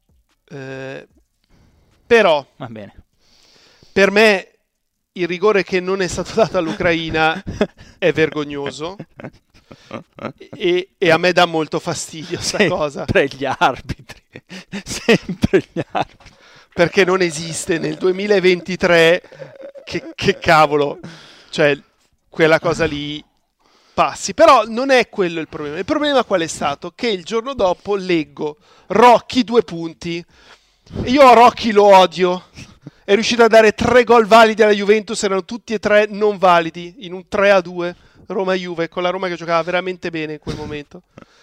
Però, va bene. Per me il rigore che non è stato dato all'Ucraina è vergognoso e a me dà molto fastidio sta cosa. Sempre gli arbitri. Perché non esiste nel 2023 che cavolo, cioè quella cosa lì passi. Però non è quello il problema. Il problema qual è stato? Che il giorno dopo leggo Rocchi 2 punti. E io Rocchi lo odio. È riuscito a dare 3 gol validi alla Juventus, erano tutti e 3 non validi, in un 3-2 Roma-Juve, con la Roma che giocava veramente bene in quel momento.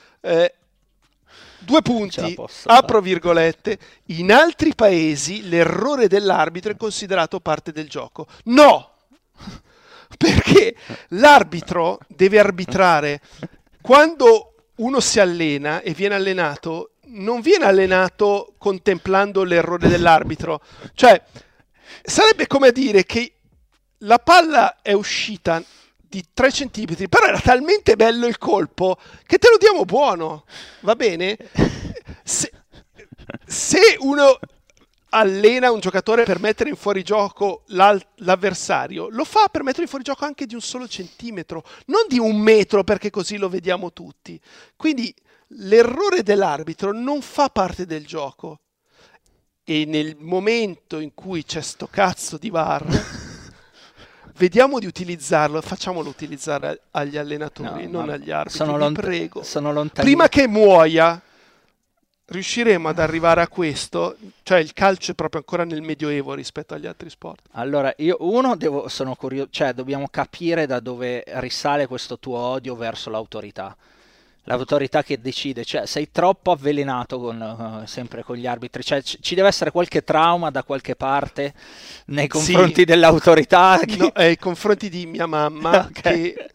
2 punti, apro virgolette, in altri paesi l'errore dell'arbitro è considerato parte del gioco. No! Perché l'arbitro deve arbitrare quando uno si allena e viene allenato, non viene allenato contemplando l'errore dell'arbitro. Cioè, sarebbe come a dire che la palla è uscita di 3 centimetri, però era talmente bello il colpo che te lo diamo buono, va bene? Se uno allena un giocatore per mettere in fuorigioco l'avversario, lo fa per mettere in fuorigioco anche di un solo centimetro, non di 1 metro, perché così lo vediamo tutti. Quindi l'errore dell'arbitro non fa parte del gioco, e nel momento in cui c'è sto cazzo di VAR vediamo di utilizzarlo, facciamolo utilizzare agli allenatori, non agli arbitri, vi prego. Sono lontani. Prima che muoia riusciremo ad arrivare a questo, cioè il calcio è proprio ancora nel medioevo rispetto agli altri sport. Allora, sono curioso, cioè dobbiamo capire da dove risale questo tuo odio verso l'autorità. L'autorità che decide, cioè sei troppo avvelenato sempre con gli arbitri, cioè ci deve essere qualche trauma da qualche parte nei confronti dell'autorità. No, nei confronti di mia mamma, che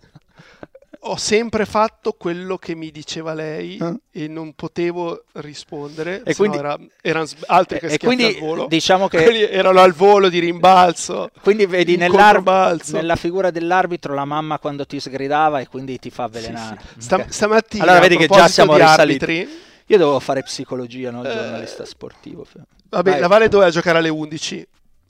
ho sempre fatto quello che mi diceva lei e non potevo rispondere, e quindi erano altri che schiaffi al volo. Diciamo che quelli erano al volo di rimbalzo. Quindi vedi nella figura dell'arbitro la mamma quando ti sgridava e quindi ti fa avvelenare. Sì. Stamattina, allora vedi che già siamo risaliti. Arbitri, io dovevo fare psicologia, no? Il giornalista sportivo. Vabbè, la Vale doveva giocare alle 11.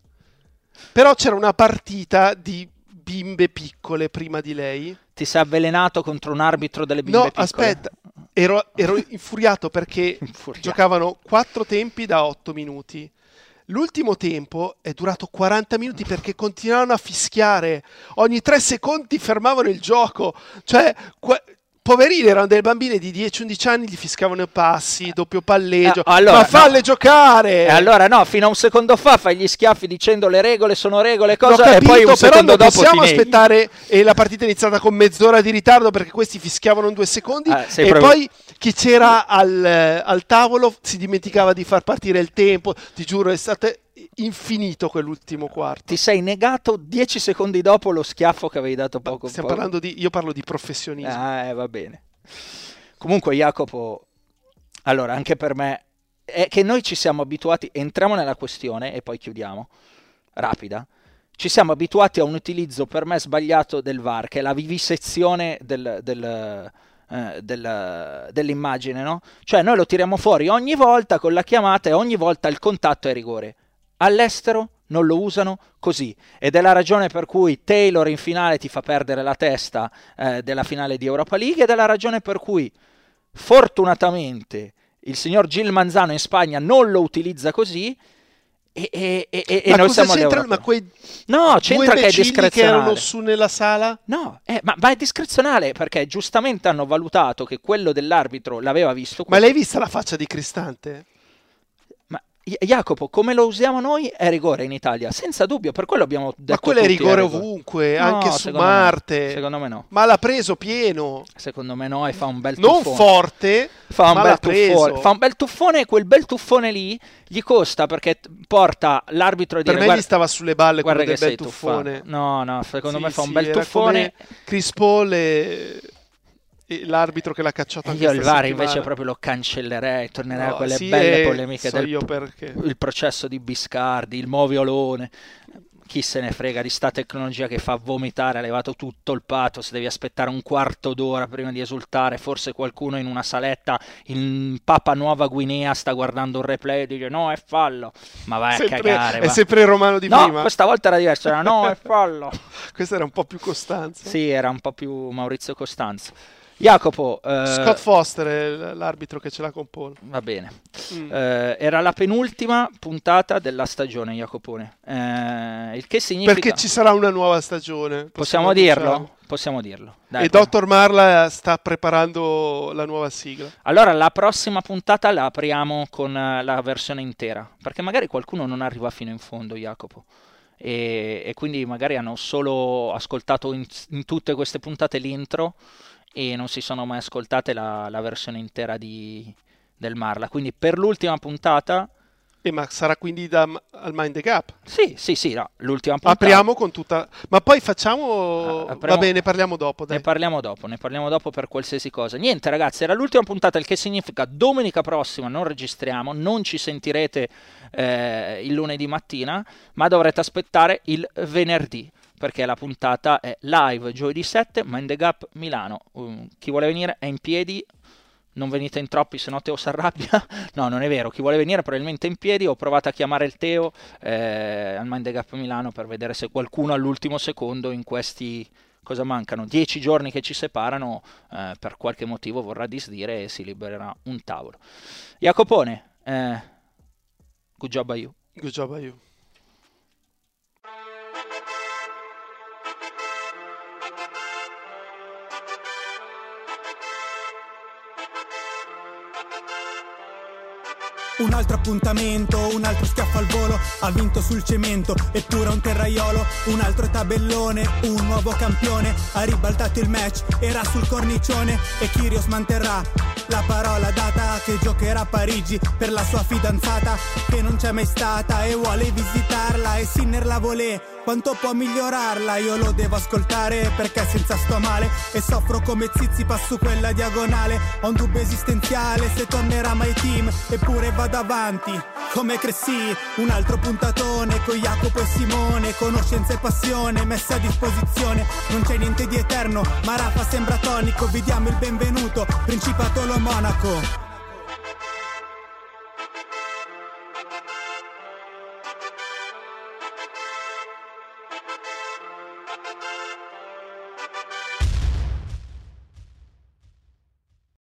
Però c'era una partita di bimbe piccole prima di lei. Ti sei avvelenato contro un arbitro delle bimbe piccole? No, aspetta, ero infuriato perché giocavano 4 tempi da 8 minuti. L'ultimo tempo è durato 40 minuti perché continuavano a fischiare. Ogni 3 secondi fermavano il gioco. Cioè, poverini, erano delle bambine di 10-11 anni, gli fiscavano i passi, doppio palleggio. Ma falle giocare! Allora no, fino a un secondo fa fai gli schiaffi dicendo le regole sono regole, cosa, capito, e poi un secondo dopo possiamo aspettare, e la partita è iniziata con mezz'ora di ritardo perché questi fischiavano in 2 secondi e poi chi c'era al tavolo si dimenticava di far partire il tempo. Ti giuro, è stato infinito quell'ultimo quarto. Ti sei negato 10 secondi dopo lo schiaffo che avevi dato poco. Io parlo di professionismo. Va bene. Comunque Jacopo, allora anche per me è che noi ci siamo abituati, entriamo nella questione e poi chiudiamo, rapida. Ci siamo abituati a un utilizzo per me sbagliato del VAR, che è la vivisezione dell'immagine, no? Cioè noi lo tiriamo fuori ogni volta con la chiamata e ogni volta il contatto è rigore. All'estero non lo usano così, ed è la ragione per cui Taylor in finale ti fa perdere la testa della finale di Europa League, ed è la ragione per cui fortunatamente il signor Gil Manzano in Spagna non lo utilizza così e noi siamo all'Europa. Ma quei c'entra che è discrezionale, che erano su nella sala? No, ma è discrezionale perché giustamente hanno valutato che quello dell'arbitro l'aveva visto. Ma l'hai vista la faccia di Cristante? Jacopo, come lo usiamo noi è rigore in Italia, senza dubbio, per quello abbiamo detto. Ma quello è rigore ovunque, anche su Marte. Secondo me no. Ma l'ha preso pieno. Secondo me no, e fa un bel tuffone. Non forte, fa un ma bel l'ha tuffone. preso. Fa un bel tuffone, e quel bel tuffone lì gli costa perché porta l'arbitro a dire: per me gli stava sulle balle quello del bel tuffato. tuffone. No, secondo me fa un bel tuffone. Chris Paul e l'arbitro che l'ha cacciato anche io il VAR settimana. invece proprio lo cancellerei, tornerei a quelle belle polemiche il processo di Biscardi, il moviolone. Chi se ne frega di sta tecnologia che fa vomitare, ha levato tutto il pathos, devi aspettare un quarto d'ora prima di esultare, forse qualcuno in una saletta in Papua Nuova Guinea sta guardando un replay e dice no, è fallo, ma vai a cagare. È sempre il romano di prima. No, questa volta era diverso, era no, è fallo. Questo era un po' più Costanzo. Sì, era un po' più Maurizio Costanzo. Jacopo, Scott Foster è l'arbitro che ce la compone. Va bene. Era la penultima puntata della stagione, Jacopone. Il che significa... Perché ci sarà una nuova stagione. Possiamo dirlo? Possiamo dirlo. Dai, e Dottor Marla sta preparando la nuova sigla. Allora la prossima puntata la apriamo con la versione intera, perché magari qualcuno non arriva fino in fondo, Jacopo. E quindi magari hanno solo ascoltato in tutte queste puntate l'intro e non si sono mai ascoltate la versione intera del Marla. Quindi per l'ultima puntata Ma sarà quindi al Mind the Gap? Sì, no, l'ultima puntata. Apriamo con tutta... Ma poi facciamo... Va bene, ne parliamo dopo, dai. Ne parliamo dopo per qualsiasi cosa. Niente ragazzi, era l'ultima puntata, il che significa domenica prossima non registriamo, non ci sentirete il lunedì mattina, ma dovrete aspettare il venerdì, perché la puntata è live giovedì 7, Mind the Gap Milano. Chi vuole venire è in piedi. Non venite in troppi, se no Teo si arrabbia. No, non è vero, chi vuole venire probabilmente in piedi. Ho provato a chiamare il Teo al Mind the Gap Milano per vedere se qualcuno all'ultimo secondo in questi, cosa mancano, 10 giorni che ci separano, per qualche motivo vorrà disdire e si libererà un tavolo. Jacopone, good job a you. Good job a you. Un altro appuntamento, un altro schiaffo al volo, ha vinto sul cemento, eppure un terraiolo, un altro tabellone, un nuovo campione, ha ribaltato il match, era sul cornicione e Kyrgios manterrà la parola data che giocherà a Parigi per la sua fidanzata che non c'è mai stata e vuole visitarla e Sinner la volè. Quanto può migliorarla? Io lo devo ascoltare perché senza sto male e soffro come Tsitsipas su quella diagonale. Ho un dubbio esistenziale se tornerà mai team, eppure vado avanti come Cressy. Un altro puntatone con Jacopo e Simone, conoscenza e passione messa a disposizione. Non c'è niente di eterno, ma Rafa sembra tonico. Vi diamo il benvenuto, Principato lo Monaco.